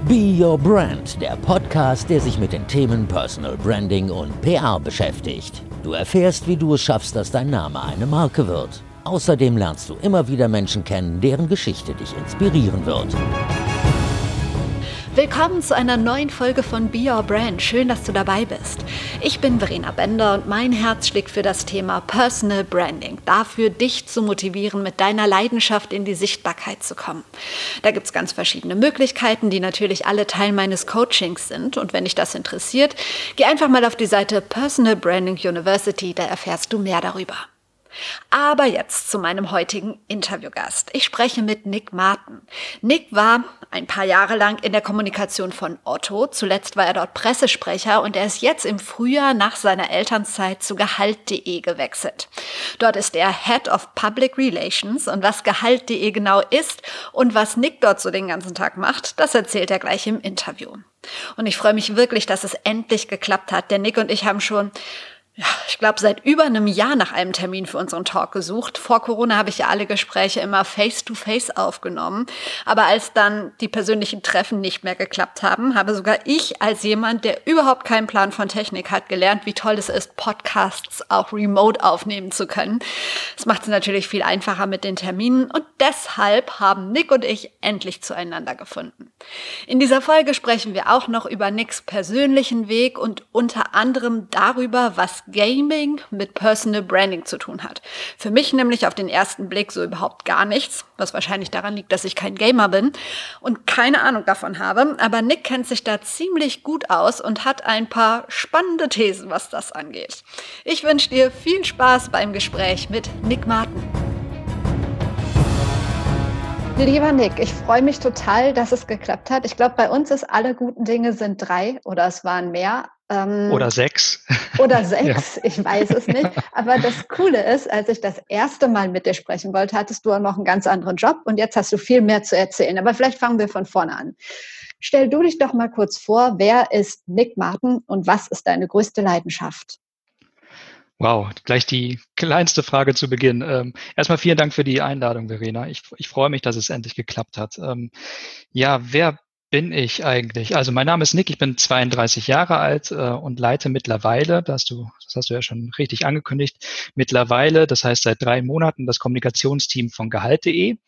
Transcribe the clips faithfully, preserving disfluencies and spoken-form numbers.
Be Your Brand, der Podcast, der sich mit den Themen Personal Branding und P R beschäftigt. Du erfährst, wie du es schaffst, dass dein Name eine Marke wird. Außerdem lernst du immer wieder Menschen kennen, deren Geschichte dich inspirieren wird. Willkommen zu einer neuen Folge von Be Your Brand. Schön, dass du dabei bist. Ich bin Verena Bender und mein Herz schlägt für das Thema Personal Branding. Dafür, dich zu motivieren, mit deiner Leidenschaft in die Sichtbarkeit zu kommen. Da gibt es ganz verschiedene Möglichkeiten, die natürlich alle Teil meines Coachings sind. Und wenn dich das interessiert, geh einfach mal auf die Seite Personal Branding University, da erfährst du mehr darüber. Aber jetzt zu meinem heutigen Interviewgast. Ich spreche mit Nick Martin. Nick war ein paar Jahre lang in der Kommunikation von Otto. Zuletzt war er dort Pressesprecher und er ist jetzt im Frühjahr nach seiner Elternzeit zu Gehalt punkt de gewechselt. Dort ist er Head of Public Relations und was Gehalt punkt de genau ist und was Nick dort so den ganzen Tag macht, das erzählt er gleich im Interview. Und ich freue mich wirklich, dass es endlich geklappt hat, denn Nick und ich haben schon Ja, ich glaube, seit über einem Jahr nach einem Termin für unseren Talk gesucht. Vor Corona habe ich ja alle Gespräche immer face-to-face aufgenommen. Aber als dann die persönlichen Treffen nicht mehr geklappt haben, habe sogar ich als jemand, der überhaupt keinen Plan von Technik hat, gelernt, wie toll es ist, Podcasts auch remote aufnehmen zu können. Das macht es natürlich viel einfacher mit den Terminen und deshalb haben Nick und ich endlich zueinander gefunden. In dieser Folge sprechen wir auch noch über Nicks persönlichen Weg und unter anderem darüber, was Gaming mit Personal Branding zu tun hat. Für mich nämlich auf den ersten Blick so überhaupt gar nichts, was wahrscheinlich daran liegt, dass ich kein Gamer bin und keine Ahnung davon habe. Aber Nick kennt sich da ziemlich gut aus und hat ein paar spannende Thesen, was das angeht. Ich wünsche dir viel Spaß beim Gespräch mit Nick Martin. Lieber Nick, ich freue mich total, dass es geklappt hat. Ich glaube, bei uns ist alle guten Dinge sind drei oder es waren mehr. Ähm, oder sechs. Oder sechs, ja. Ich weiß es nicht. Aber das Coole ist, als ich das erste Mal mit dir sprechen wollte, hattest du auch noch einen ganz anderen Job und jetzt hast du viel mehr zu erzählen. Aber vielleicht fangen wir von vorne an. Stell du dich doch mal kurz vor, wer ist Nick Martin und was ist deine größte Leidenschaft? Wow, gleich die kleinste Frage zu Beginn. Ähm, erstmal vielen Dank für die Einladung, Verena. Ich, ich freue mich, dass es endlich geklappt hat. Ähm, ja, wer bin ich eigentlich? Also mein Name ist Nick, ich bin zweiunddreißig Jahre alt äh, und leite mittlerweile, das hast, du, das hast du ja schon richtig angekündigt, mittlerweile, das heißt seit drei Monaten, das Kommunikationsteam von Gehalt punkt de.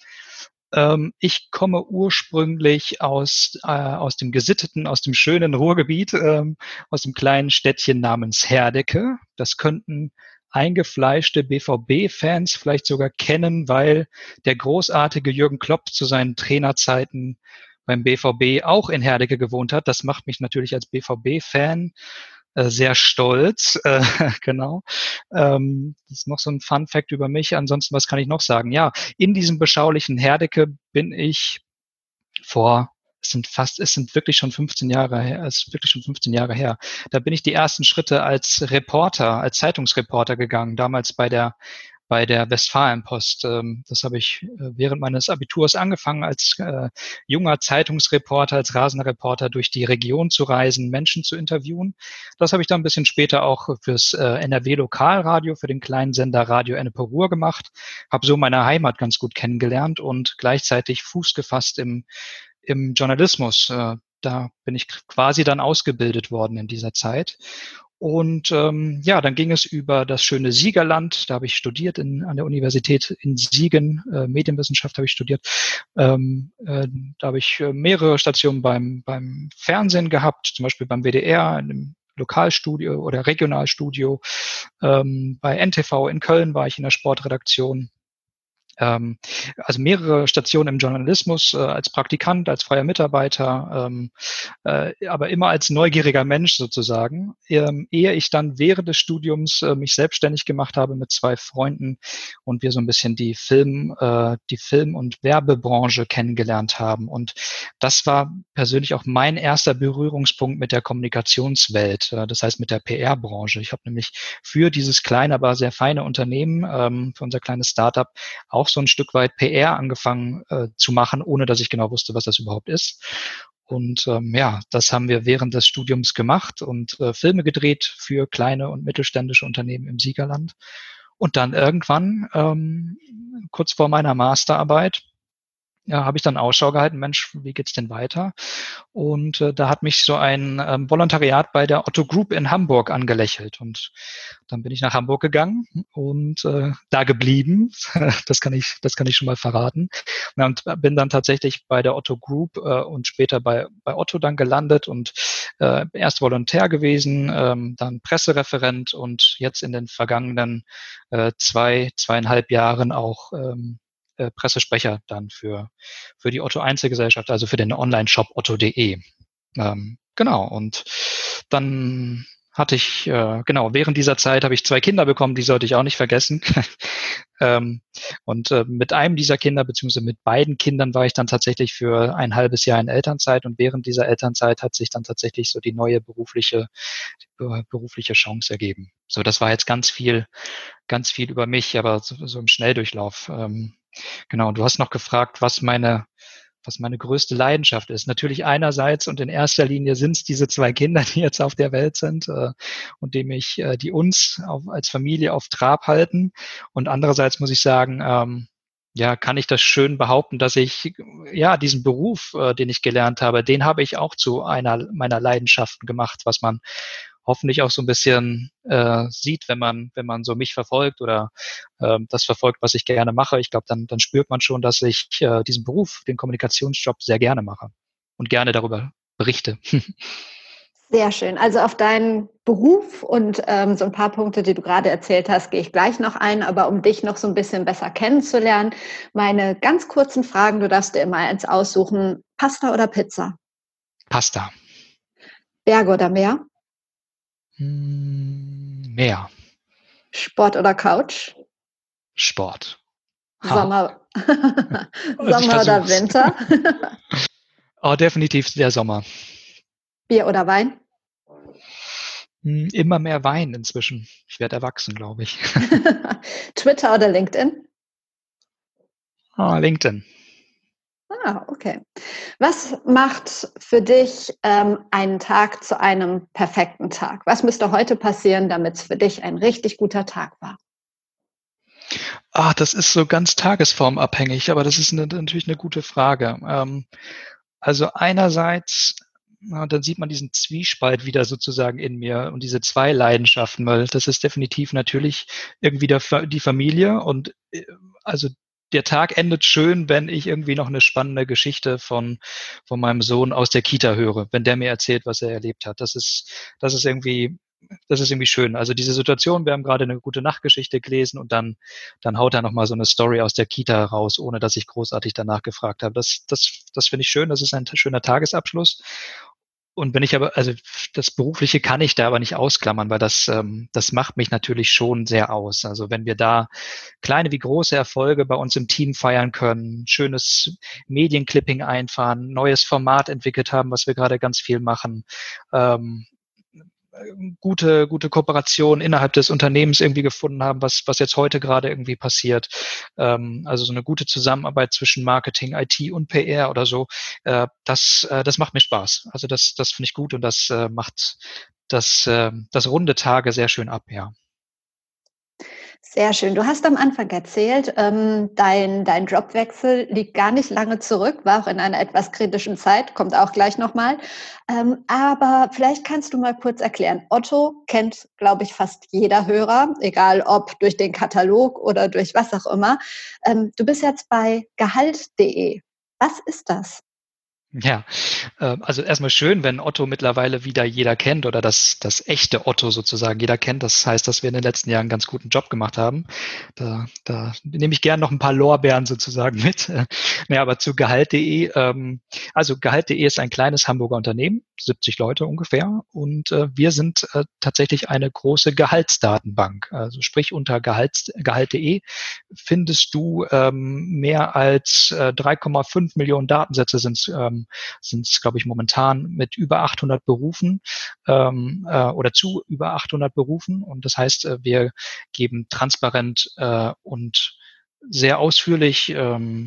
Ähm, ich komme ursprünglich aus, äh, aus dem gesitteten, aus dem schönen Ruhrgebiet, ähm, aus dem kleinen Städtchen namens Herdecke. Das könnten eingefleischte B V B-Fans vielleicht sogar kennen, weil der großartige Jürgen Klopp zu seinen Trainerzeiten beim B V B auch in Herdecke gewohnt hat. Das macht mich natürlich als B V B-Fan äh, sehr stolz. Äh, genau. Ähm, das ist noch so ein Fun-Fact über mich. Ansonsten, was kann ich noch sagen? Ja, in diesem beschaulichen Herdecke bin ich vor, es sind fast, es sind wirklich schon fünfzehn Jahre her, es ist wirklich schon fünfzehn Jahre her. Da bin ich die ersten Schritte als Reporter, als Zeitungsreporter gegangen, damals bei der bei der Westfalenpost. Das habe ich während meines Abiturs angefangen, als äh, junger Zeitungsreporter, als rasender Reporter durch die Region zu reisen, Menschen zu interviewen. Das habe ich dann ein bisschen später auch fürs äh, N R W-Lokalradio, für den kleinen Sender Radio Ennepe Ruhr gemacht, habe so meine Heimat ganz gut kennengelernt und gleichzeitig Fuß gefasst im, im Journalismus. Äh, da bin ich quasi dann ausgebildet worden in dieser Zeit. Und ähm, ja, dann ging es über das schöne Siegerland. Da habe ich studiert in, an der Universität in Siegen. Äh, Medienwissenschaft habe ich studiert. Ähm, äh, da habe ich äh, mehrere Stationen beim, beim Fernsehen gehabt, zum Beispiel beim W D R, in einem Lokalstudio oder Regionalstudio. Ähm, bei N T V in Köln war ich in der Sportredaktion. Ähm, also mehrere Stationen im Journalismus, äh, als Praktikant, als freier Mitarbeiter, ähm, äh, aber immer als neugieriger Mensch sozusagen, ähm, ehe ich dann während des Studiums äh, mich selbstständig gemacht habe mit zwei Freunden und wir so ein bisschen die Film, äh, die Film- und Werbebranche kennengelernt haben. Und das war persönlich auch mein erster Berührungspunkt mit der Kommunikationswelt, äh, das heißt mit der P R-Branche. Ich habe nämlich für dieses kleine, aber sehr feine Unternehmen, ähm, für unser kleines Startup, auch so ein Stück weit P R angefangen äh, zu machen, ohne dass ich genau wusste, was das überhaupt ist. Und ähm, ja, das haben wir während des Studiums gemacht und äh, Filme gedreht für kleine und mittelständische Unternehmen im Siegerland. Und dann irgendwann, ähm, kurz vor meiner Masterarbeit, ja, habe ich dann Ausschau gehalten, Mensch, wie geht's denn weiter? Und äh, da hat mich so ein ähm, Volontariat bei der Otto Group in Hamburg angelächelt. Und dann bin ich nach Hamburg gegangen und äh, da geblieben. Das kann ich, das kann ich schon mal verraten. Und bin dann tatsächlich bei der Otto Group äh, und später bei, bei Otto dann gelandet und äh, erst Volontär gewesen, ähm, dann Pressereferent und jetzt in den vergangenen äh, zwei, zweieinhalb Jahren auch ähm, äh, Pressesprecher dann für, für die Otto Einzelgesellschaft, also für den Online-Shop otto punkt de. Ähm, genau, und dann hatte ich, äh, genau, während dieser Zeit habe ich zwei Kinder bekommen, die sollte ich auch nicht vergessen. ähm, und äh, mit einem dieser Kinder, beziehungsweise mit beiden Kindern war ich dann tatsächlich für ein halbes Jahr in Elternzeit und während dieser Elternzeit hat sich dann tatsächlich so die neue berufliche, äh, berufliche Chance ergeben. So, das war jetzt ganz viel, ganz viel über mich, aber so, so im Schnelldurchlauf. Ähm, genau, du hast noch gefragt, was meine was meine größte Leidenschaft ist. Natürlich einerseits und in erster Linie sind es diese zwei Kinder, die jetzt auf der Welt sind äh, und die mich, äh, die uns auf, als Familie auf Trab halten. Und andererseits muss ich sagen, ähm, ja, kann ich das schön behaupten, dass ich ja diesen Beruf, äh, den ich gelernt habe, den habe ich auch zu einer meiner Leidenschaften gemacht, was man hoffentlich auch so ein bisschen äh, sieht, wenn man, wenn man so mich verfolgt oder äh, das verfolgt, was ich gerne mache. Ich glaube, dann, dann spürt man schon, dass ich äh, diesen Beruf, den Kommunikationsjob sehr gerne mache und gerne darüber berichte. Sehr schön. Also auf deinen Beruf und ähm, so ein paar Punkte, die du gerade erzählt hast, gehe ich gleich noch ein. Aber um dich noch so ein bisschen besser kennenzulernen, meine ganz kurzen Fragen, du darfst dir immer eins aussuchen. Pasta oder Pizza? Pasta. Berge oder Meer? Hm, Meer. Sport oder Couch? Sport. Sommer, Also ich Sommer oder versuch's. Winter? Oh, definitiv der Sommer. Bier oder Wein? Hm, immer mehr Wein inzwischen. Ich werde erwachsen, glaube ich. Twitter oder LinkedIn? Ah, LinkedIn. Ah, okay. Was macht für dich ähm, einen Tag zu einem perfekten Tag? Was müsste heute passieren, damit es für dich ein richtig guter Tag war? Ah, das ist so ganz tagesformabhängig, aber das ist eine, natürlich eine gute Frage. Ähm, also einerseits, na, dann sieht man diesen Zwiespalt wieder sozusagen in mir und diese zwei Leidenschaften, weil das ist definitiv natürlich irgendwie der, die Familie und äh, also der Tag endet schön, wenn ich irgendwie noch eine spannende Geschichte von, von meinem Sohn aus der Kita höre, wenn der mir erzählt, was er erlebt hat. Das ist, das ist irgendwie, das ist irgendwie schön. Also diese Situation, wir haben gerade eine gute Nachtgeschichte gelesen und dann, dann haut er nochmal so eine Story aus der Kita raus, ohne dass ich großartig danach gefragt habe. Das, das, das finde ich schön. Das ist ein schöner Tagesabschluss. Und wenn ich aber, also das Berufliche kann ich da aber nicht ausklammern, weil das, ähm, das macht mich natürlich schon sehr aus. Also wenn wir da kleine wie große Erfolge bei uns im Team feiern können, schönes Medienclipping einfahren, neues Format entwickelt haben, was wir gerade ganz viel machen, ähm, gute, gute Kooperation innerhalb des Unternehmens irgendwie gefunden haben, was, was jetzt heute gerade irgendwie passiert. Ähm, also so eine gute Zusammenarbeit zwischen Marketing, I T und P R oder so. Äh, das, äh, das macht mir Spaß. Also das, das finde ich gut und das äh, macht das, äh, das runde Tage sehr schön ab, ja. Sehr schön. Du hast am Anfang erzählt, ähm, dein, dein Jobwechsel liegt gar nicht lange zurück, war auch in einer etwas kritischen Zeit, kommt auch gleich nochmal. Ähm, aber vielleicht kannst du mal kurz erklären. Otto kennt, glaube ich, fast jeder Hörer, egal ob durch den Katalog oder durch was auch immer. Ähm, du bist jetzt bei gehalt punkt de. Was ist das? Ja, äh, also erstmal schön, wenn Otto mittlerweile wieder jeder kennt oder das, das echte Otto sozusagen jeder kennt. Das heißt, dass wir in den letzten Jahren einen ganz guten Job gemacht haben. Da, da nehme ich gerne noch ein paar Lorbeeren sozusagen mit. Naja, aber zu gehalt punkt de. Ähm, also gehalt punkt de ist ein kleines Hamburger Unternehmen, siebzig Leute ungefähr. Und äh, wir sind äh, tatsächlich eine große Gehaltsdatenbank. Also sprich unter gehalt punkt de findest du ähm, mehr als äh, drei Komma fünf Millionen Datensätze sind ähm, sind es, glaube ich, momentan mit über achthundert Berufen ähm, äh, oder zu über achthundert Berufen. Und das heißt, äh, wir geben transparent äh, und sehr ausführlich ähm,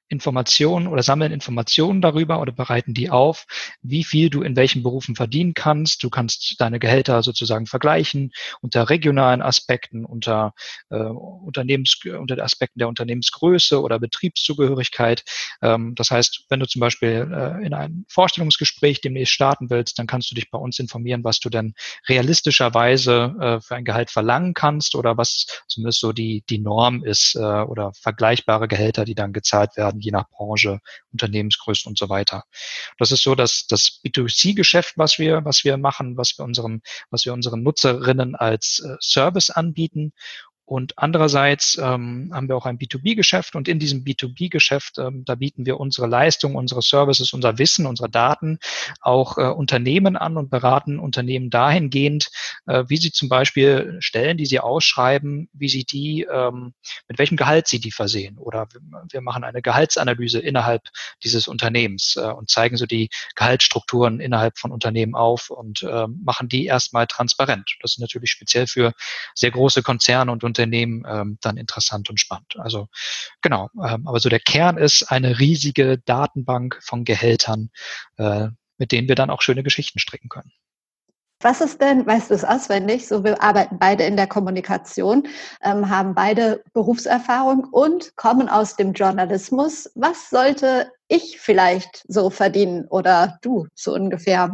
Informationen oder sammeln Informationen darüber oder bereiten die auf, wie viel du in welchen Berufen verdienen kannst. Du kannst deine Gehälter sozusagen vergleichen unter regionalen Aspekten, unter äh, Unternehmens, unter Aspekten der Unternehmensgröße oder Betriebszugehörigkeit. Ähm, das heißt, wenn du zum Beispiel äh, in ein Vorstellungsgespräch demnächst starten willst, dann kannst du dich bei uns informieren, was du denn realistischerweise äh, für ein Gehalt verlangen kannst oder was zumindest so die, die Norm ist äh, oder vergleichbare Gehälter, die dann gezahlt werden, je nach Branche, Unternehmensgröße und so weiter. Das ist so, dass das B zwei C-Geschäft, was wir, was wir machen, was wir unseren, was wir unseren Nutzerinnen als äh, Service anbieten. Und andererseits ähm, haben wir auch ein B zwei B-Geschäft und in diesem B zwei B-Geschäft, ähm, da bieten wir unsere Leistungen, unsere Services, unser Wissen, unsere Daten auch äh, Unternehmen an und beraten Unternehmen dahingehend, äh, wie sie zum Beispiel Stellen, die sie ausschreiben, wie sie die, ähm, mit welchem Gehalt sie die versehen. Oder wir machen eine Gehaltsanalyse innerhalb dieses Unternehmens äh, und zeigen so die Gehaltsstrukturen innerhalb von Unternehmen auf und äh, machen die erstmal transparent. Das ist natürlich speziell für sehr große Konzerne und Unternehmen Unternehmen ähm, dann interessant und spannend. Also genau, ähm, aber so der Kern ist eine riesige Datenbank von Gehältern, äh, mit denen wir dann auch schöne Geschichten stricken können. Was ist denn, weißt du es auswendig, so wir arbeiten beide in der Kommunikation, ähm, haben beide Berufserfahrung und kommen aus dem Journalismus. Was sollte ich vielleicht so verdienen oder du so ungefähr?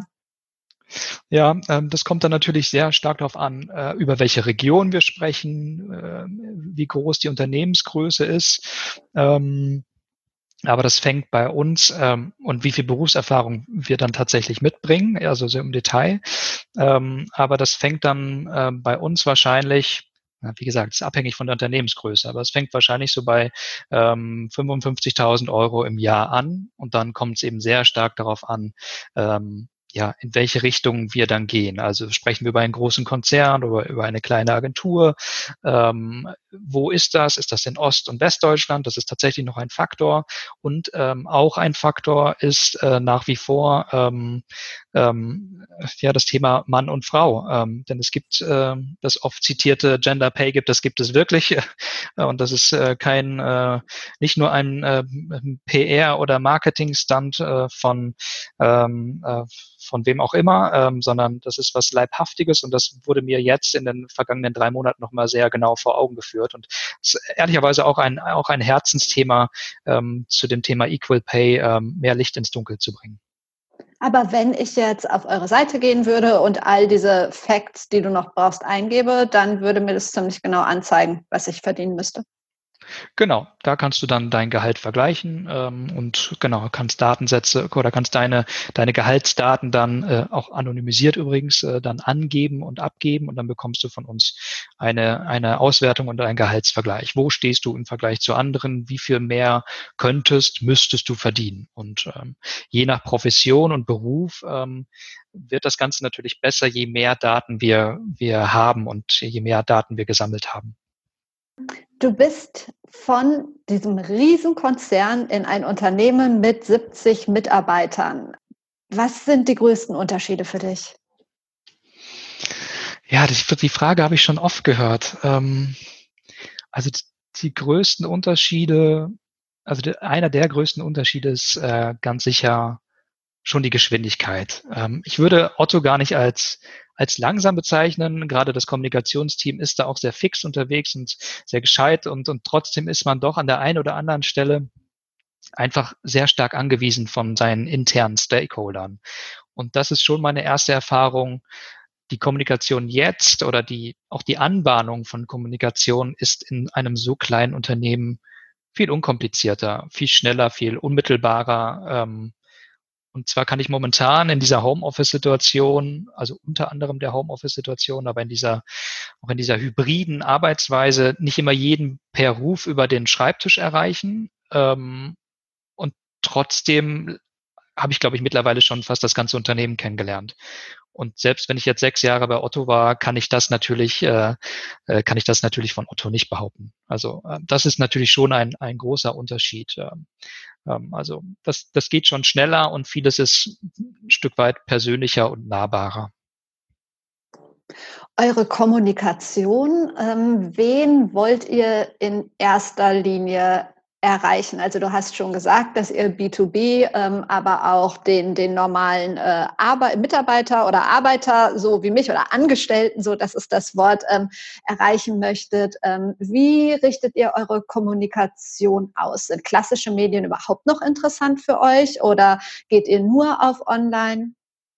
Ja, ähm, das kommt dann natürlich sehr stark darauf an, äh, über welche Region wir sprechen, äh, wie groß die Unternehmensgröße ist. Ähm, aber das fängt bei uns ähm, und wie viel Berufserfahrung wir dann tatsächlich mitbringen, also so im Detail. Ähm, aber das fängt dann äh, bei uns wahrscheinlich, na, wie gesagt, ist abhängig von der Unternehmensgröße, aber es fängt wahrscheinlich so bei ähm, fünfundfünfzigtausend Euro im Jahr an und dann kommt es eben sehr stark darauf an, ähm, ja, in welche Richtung wir dann gehen. Also sprechen wir über einen großen Konzern oder über eine kleine Agentur. Ähm, wo ist das? Ist das in Ost- und Westdeutschland? Das ist tatsächlich noch ein Faktor. Und ähm, auch ein Faktor ist äh, nach wie vor ähm, ähm, ja das Thema Mann und Frau. Ähm, denn es gibt äh, das oft zitierte Gender Pay Gap, das gibt es wirklich. Und das ist äh, kein, äh, nicht nur ein äh, P R- oder Marketing-Stunt äh, von ähm, äh, von wem auch immer, ähm, sondern das ist was Leibhaftiges und das wurde mir jetzt in den vergangenen drei Monaten nochmal sehr genau vor Augen geführt und ist ehrlicherweise auch ein, auch ein Herzensthema ähm, zu dem Thema Equal Pay, ähm, mehr Licht ins Dunkel zu bringen. Aber wenn ich jetzt auf eure Seite gehen würde und all diese Facts, die du noch brauchst, eingebe, dann würde mir das ziemlich genau anzeigen, was ich verdienen müsste. Genau, da kannst du dann dein Gehalt vergleichen ähm, und genau, kannst Datensätze oder kannst deine, deine Gehaltsdaten dann äh, auch anonymisiert übrigens äh, dann angeben und abgeben und dann bekommst du von uns eine, eine Auswertung und einen Gehaltsvergleich. Wo stehst du im Vergleich zu anderen? Wie viel mehr könntest, müsstest du verdienen? Und ähm, je nach Profession und Beruf ähm, wird das Ganze natürlich besser, je mehr Daten wir, wir haben und je mehr Daten wir gesammelt haben. Du bist von diesem Riesenkonzern in ein Unternehmen mit siebzig Mitarbeitern. Was sind die größten Unterschiede für dich? Ja, die, die Frage habe ich schon oft gehört. Ähm, also die, die größten Unterschiede, also die, einer der größten Unterschiede ist äh, ganz sicher schon die Geschwindigkeit. Ähm, ich würde Otto gar nicht als als langsam bezeichnen. Gerade das Kommunikationsteam ist da auch sehr fix unterwegs und sehr gescheit und, und trotzdem ist man doch an der einen oder anderen Stelle einfach sehr stark angewiesen von seinen internen Stakeholdern. Und das ist schon meine erste Erfahrung. Die Kommunikation jetzt oder die, auch die Anbahnung von Kommunikation ist in einem so kleinen Unternehmen viel unkomplizierter, viel schneller, viel unmittelbarer. Ähm, Und zwar kann ich momentan in dieser Homeoffice-Situation, also unter anderem der Homeoffice-Situation, aber in dieser, auch in dieser hybriden Arbeitsweise nicht immer jeden per Ruf über den Schreibtisch erreichen. Ähm, und trotzdem habe ich, glaube ich, mittlerweile schon fast das ganze Unternehmen kennengelernt. Und selbst wenn ich jetzt sechs Jahre bei Otto war, kann ich das natürlich, äh, äh, kann ich das natürlich von Otto nicht behaupten. Also äh, das ist natürlich schon ein, ein großer Unterschied. Ähm, ähm, also das, das geht schon schneller und vieles ist ein Stück weit persönlicher und nahbarer. Eure Kommunikation, ähm, wen wollt ihr in erster Linie erreichen? Also du hast schon gesagt, dass ihr B zwei B, ähm, aber auch den, den normalen äh, Arbe- Mitarbeiter oder Arbeiter, so wie mich, oder Angestellten, so das ist das Wort, ähm, erreichen möchtet. Ähm, wie richtet ihr eure Kommunikation aus? Sind klassische Medien überhaupt noch interessant für euch oder geht ihr nur auf Online?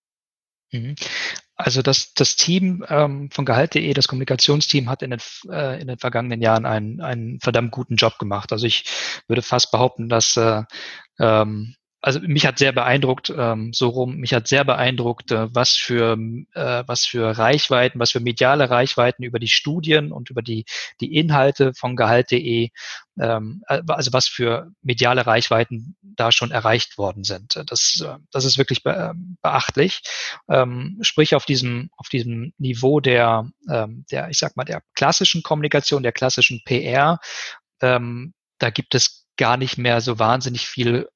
Mhm. Also das, das Team ähm, von Gehalt Punkt de, das Kommunikationsteam, hat in den, äh, in den vergangenen Jahren einen, einen verdammt guten Job gemacht. Also ich würde fast behaupten, dass äh, ähm, also mich hat sehr beeindruckt, ähm, so rum, mich hat sehr beeindruckt, äh, was für äh, was für Reichweiten, was für mediale Reichweiten über die Studien und über die die Inhalte von Gehalt Punkt de, ähm, also was für mediale Reichweiten da schon erreicht worden sind. Das, äh, das ist wirklich be beachtlich. Ähm, sprich auf diesem auf diesem Niveau der ähm, der ich sag mal der klassischen Kommunikation, der klassischen P R, ähm, da gibt es gar nicht mehr so wahnsinnig viel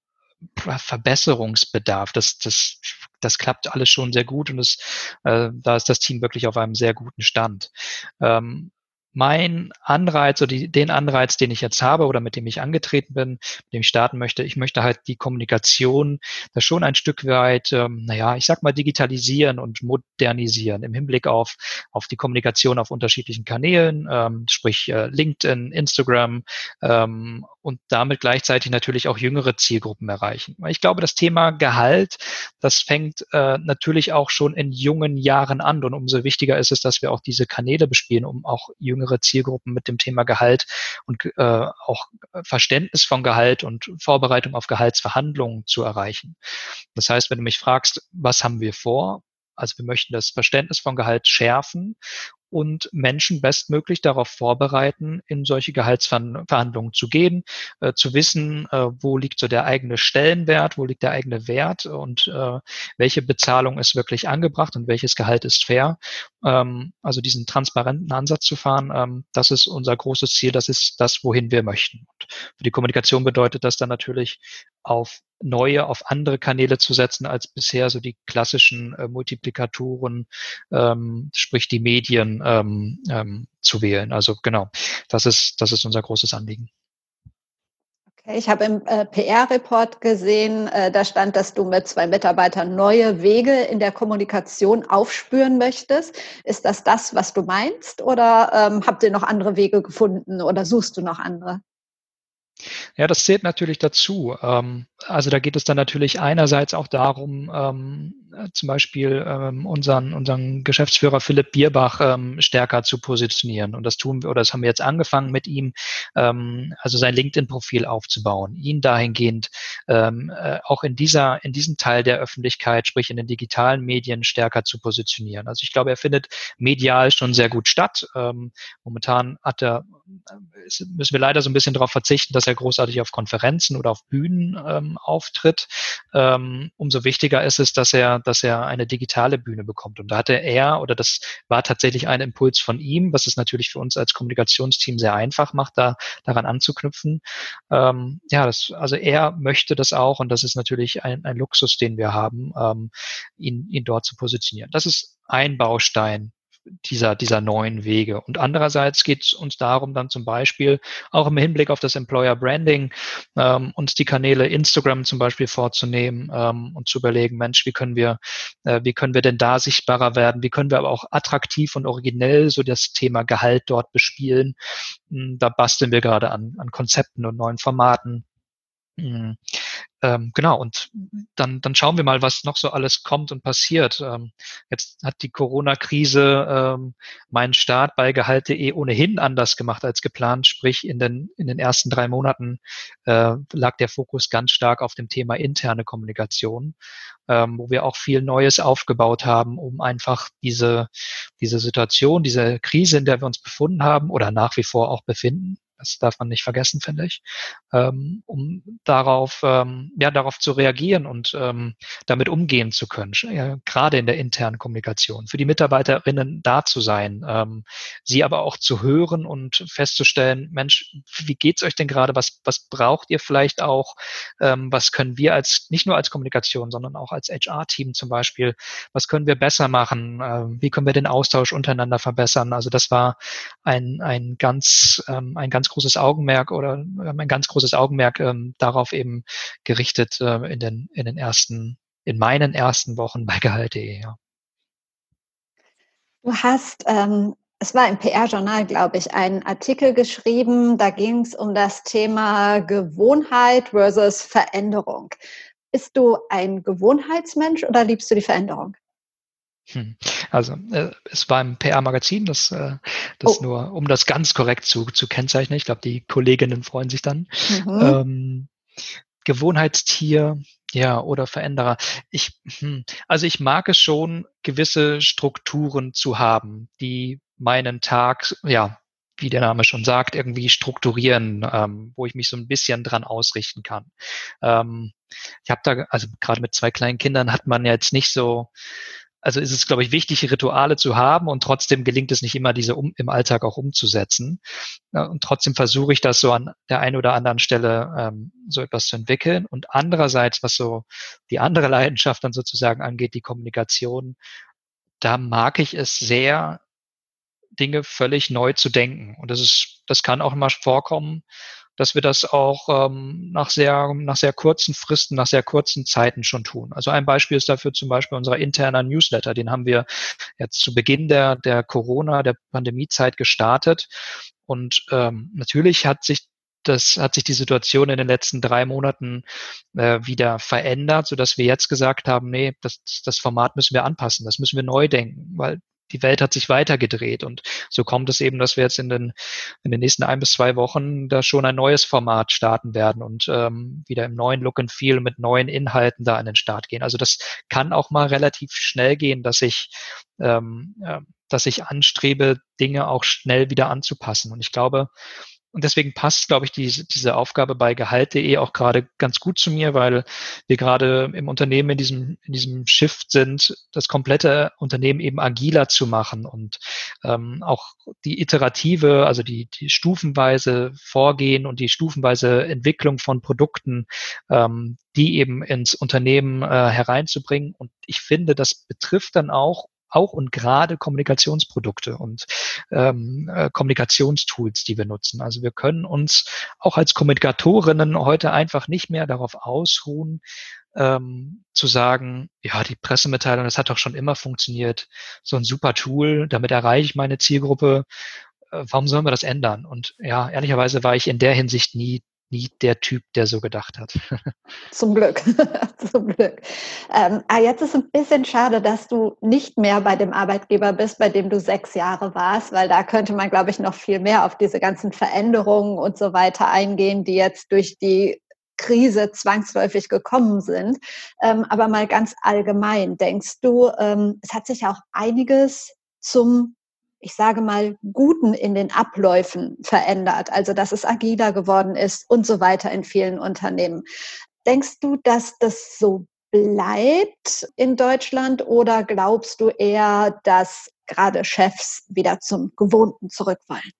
Verbesserungsbedarf. Das, das, das klappt alles schon sehr gut und das, äh, da ist das Team wirklich auf einem sehr guten Stand. Ähm, mein Anreiz oder die, den Anreiz, den ich jetzt habe oder mit dem ich angetreten bin, mit dem ich starten möchte, ich möchte halt die Kommunikation da schon ein Stück weit, ähm, naja, ich sag mal digitalisieren und modernisieren im Hinblick auf, auf die Kommunikation auf unterschiedlichen Kanälen, ähm, sprich äh, LinkedIn, Instagram, ähm, und damit gleichzeitig natürlich auch jüngere Zielgruppen erreichen. Ich glaube, das Thema Gehalt, das fängt äh, natürlich auch schon in jungen Jahren an und umso wichtiger ist es, dass wir auch diese Kanäle bespielen, um auch jüngere Zielgruppen mit dem Thema Gehalt und äh, auch Verständnis von Gehalt und Vorbereitung auf Gehaltsverhandlungen zu erreichen. Das heißt, wenn du mich fragst, was haben wir vor? Also wir möchten das Verständnis von Gehalt schärfen und Menschen bestmöglich darauf vorbereiten, in solche Gehaltsverhandlungen zu gehen, äh, zu wissen, äh, wo liegt so der eigene Stellenwert, wo liegt der eigene Wert und äh, welche Bezahlung ist wirklich angebracht und welches Gehalt ist fair. Ähm, also diesen transparenten Ansatz zu fahren, ähm, das ist unser großes Ziel, das ist das, wohin wir möchten. Und für die Kommunikation bedeutet das dann natürlich, auf neue, auf andere Kanäle zu setzen als bisher, so die klassischen äh, Multiplikatoren, ähm, sprich die Medien ähm, ähm, zu wählen. Also genau, das ist, das ist unser großes Anliegen. Okay, ich habe im äh, P R-Report gesehen, äh, da stand, dass du mit zwei Mitarbeitern neue Wege in der Kommunikation aufspüren möchtest. Ist das das, was du meinst, oder ähm, habt ihr noch andere Wege gefunden oder suchst du noch andere? Ja, das zählt natürlich dazu. Ähm, also da geht es dann natürlich einerseits auch darum, ähm, äh, zum Beispiel ähm, unseren, unseren Geschäftsführer Philipp Bierbach ähm, stärker zu positionieren. Und das tun wir, oder das haben wir jetzt angefangen mit ihm, ähm, also sein LinkedIn-Profil aufzubauen, ihn dahingehend ähm, äh, auch in dieser, in diesem Teil der Öffentlichkeit, sprich in den digitalen Medien, stärker zu positionieren. Also ich glaube, er findet medial schon sehr gut statt. Ähm, momentan hat er, äh, müssen wir leider so ein bisschen darauf verzichten, dass er großartig auf Konferenzen oder auf Bühnen ähm, auftritt. Ähm, umso wichtiger ist es, dass er, dass er eine digitale Bühne bekommt. Und da hatte er, oder das war tatsächlich ein Impuls von ihm, was es natürlich für uns als Kommunikationsteam sehr einfach macht, da daran anzuknüpfen. Ähm, ja, das, also er möchte das auch und das ist natürlich ein, ein Luxus, den wir haben, ähm, ihn, ihn dort zu positionieren. Das ist ein Baustein dieser, dieser neuen Wege. Und andererseits geht es uns darum, dann zum Beispiel auch im Hinblick auf das Employer Branding, ähm, uns die Kanäle Instagram zum Beispiel vorzunehmen ähm, und zu überlegen, Mensch, wie können wir, äh, wie können wir denn da sichtbarer werden? Wie können wir aber auch attraktiv und originell so das Thema Gehalt dort bespielen? Da basteln wir gerade an, an Konzepten und neuen Formaten. Mhm. Ähm, genau, und dann, dann schauen wir mal, was noch so alles kommt und passiert. Ähm, jetzt hat die Corona-Krise ähm, meinen Start bei Gehalt Punkt de ohnehin anders gemacht als geplant. Sprich, in den, in den ersten drei Monaten äh, lag der Fokus ganz stark auf dem Thema interne Kommunikation, ähm, wo wir auch viel Neues aufgebaut haben, um einfach diese, diese Situation, diese Krise, in der wir uns befunden haben oder nach wie vor auch befinden, das darf man nicht vergessen, finde ich, ähm, um darauf, ähm, ja, darauf zu reagieren und ähm, damit umgehen zu können, ja, gerade in der internen Kommunikation. Für die Mitarbeiterinnen da zu sein, ähm, sie aber auch zu hören und festzustellen, Mensch, wie geht's euch denn gerade? Was, was braucht ihr vielleicht auch? Ähm, was können wir als, nicht nur als Kommunikation, sondern auch als H R-Team zum Beispiel, was können wir besser machen? Ähm, wie können wir den Austausch untereinander verbessern? Also das war ein, ein ganz, ähm, ein ganz großes Augenmerk oder wir haben ein ganz großes Augenmerk ähm, darauf eben gerichtet äh, in den in den ersten, in meinen ersten Wochen bei Gehalt punkt de, ja. Du hast, ähm, es war im P R-Journal, glaube ich, einen Artikel geschrieben, da ging es um das Thema Gewohnheit versus Veränderung. Bist du ein Gewohnheitsmensch oder liebst du die Veränderung? Hm. Also, äh, es war im P R-Magazin, das äh, das Oh. nur um das ganz korrekt zu zu kennzeichnen. Ich glaube, die Kolleginnen freuen sich dann. Mhm. Ähm, Gewohnheitstier, ja, oder Veränderer. Ich hm, also, ich mag es schon, gewisse Strukturen zu haben, die meinen Tag, ja, wie der Name schon sagt, irgendwie strukturieren, ähm, wo ich mich so ein bisschen dran ausrichten kann. Ähm, ich habe da also, grade mit zwei kleinen Kindern hat man ja jetzt nicht so, also ist es, glaube ich, wichtig, Rituale zu haben und trotzdem gelingt es nicht immer, diese um im Alltag auch umzusetzen. Ja, und trotzdem versuche ich das so an der einen oder anderen Stelle, ähm, so etwas zu entwickeln. Und andererseits, was so die andere Leidenschaft dann sozusagen angeht, die Kommunikation, da mag ich es sehr, Dinge völlig neu zu denken. Und das ist das kann auch mal vorkommen, dass wir das auch, ähm, nach sehr nach sehr kurzen Fristen, nach sehr kurzen Zeiten schon tun. Also, ein Beispiel ist dafür zum Beispiel unser interner Newsletter. Den haben wir jetzt zu Beginn der der Corona der Pandemiezeit gestartet. Und, ähm, natürlich hat sich das hat sich die Situation in den letzten drei Monaten, äh, wieder verändert, sodass wir jetzt gesagt haben: „Ne, das das Format müssen wir anpassen. Das müssen wir neu denken“, weil die Welt hat sich weitergedreht. Und so kommt es eben, dass wir jetzt in den in den nächsten ein bis zwei Wochen da schon ein neues Format starten werden und, ähm, wieder im neuen Look and Feel mit neuen Inhalten da an den Start gehen. Also, das kann auch mal relativ schnell gehen, dass ich ähm, äh, dass ich anstrebe, Dinge auch schnell wieder anzupassen. Und ich glaube und deswegen passt, glaube ich, diese diese Aufgabe bei Gehalt punkt de auch gerade ganz gut zu mir, weil wir gerade im Unternehmen in diesem in diesem Shift sind, das komplette Unternehmen eben agiler zu machen und, ähm, auch die iterative, also die die stufenweise Vorgehen und die stufenweise Entwicklung von Produkten, ähm, die eben ins Unternehmen, äh, hereinzubringen. Und ich finde, das betrifft dann auch auch und gerade Kommunikationsprodukte und, ähm, äh, Kommunikationstools, die wir nutzen. Also, wir können uns auch als Kommunikatorinnen heute einfach nicht mehr darauf ausruhen, ähm, zu sagen: „Ja, die Pressemitteilung, das hat doch schon immer funktioniert. So 'n super Tool, damit erreiche ich meine Zielgruppe. Äh, warum sollen wir das ändern?“ Und ja, ehrlicherweise war ich in der Hinsicht nie nie der Typ, der so gedacht hat. Zum Glück, zum Glück. Ähm, ah, jetzt ist 'n bisschen schade, dass du nicht mehr bei dem Arbeitgeber bist, bei dem du sechs Jahre warst, weil da könnte man, glaube ich, noch viel mehr auf diese ganzen Veränderungen und so weiter eingehen, die jetzt durch die Krise zwangsläufig gekommen sind. Ähm, aber mal ganz allgemein, denkst du, ähm, es hat sich ja auch einiges zum, ich sage mal, Guten in den Abläufen verändert, also dass es agiler geworden ist und so weiter in vielen Unternehmen. Denkst du, dass das so bleibt in Deutschland oder glaubst du eher, dass gerade Chefs wieder zum Gewohnten zurück wollen?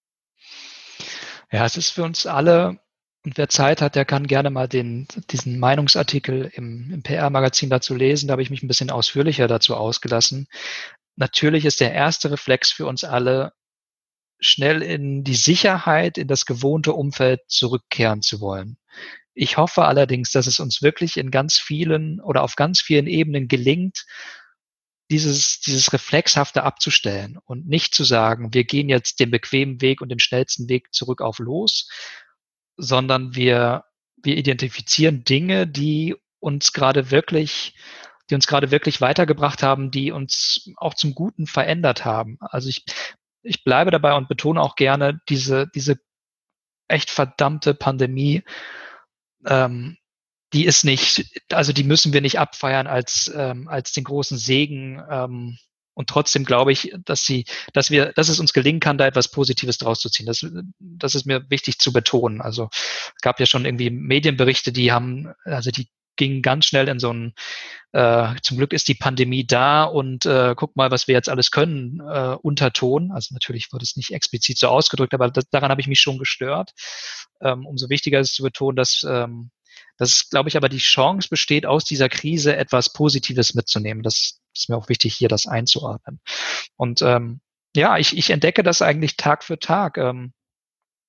Ja, es ist für uns alle, und wer Zeit hat, der kann gerne mal den diesen Meinungsartikel im im P R-Magazin dazu lesen. Da habe ich mich ein bisschen ausführlicher dazu ausgelassen. Natürlich ist der erste Reflex für uns alle, schnell in die Sicherheit, in das gewohnte Umfeld zurückkehren zu wollen. Ich hoffe allerdings, dass es uns wirklich in ganz vielen oder auf ganz vielen Ebenen gelingt, dieses dieses Reflexhafte abzustellen und nicht zu sagen: „Wir gehen jetzt den bequemen Weg und den schnellsten Weg zurück auf los“, sondern wir wir identifizieren Dinge, die uns gerade wirklich die uns gerade wirklich weitergebracht haben, die uns auch zum Guten verändert haben. Also, ich ich bleibe dabei und betone auch gerne diese diese echt verdammte Pandemie, ähm, die ist nicht, also, die müssen wir nicht abfeiern als, ähm als den großen Segen, ähm, und trotzdem glaube ich, dass sie dass wir dass es uns gelingen kann, da etwas Positives draus zu ziehen. Das das ist mir wichtig zu betonen. Also, es gab ja schon irgendwie Medienberichte, die haben also, die gingen ganz schnell in so 'n, äh, „Zum Glück ist die Pandemie da und, äh, guck mal, was wir jetzt alles können“, äh, Unterton. Also, natürlich wurde es nicht explizit so ausgedrückt, aber da daran habe ich mich schon gestört. Ähm, umso wichtiger ist es zu betonen, dass, ähm dass, glaube ich, aber die Chance besteht, aus dieser Krise etwas Positives mitzunehmen. Das ist mir auch wichtig, hier das einzuordnen. Und, ähm, ja, ich ich entdecke das eigentlich Tag für Tag. Ähm,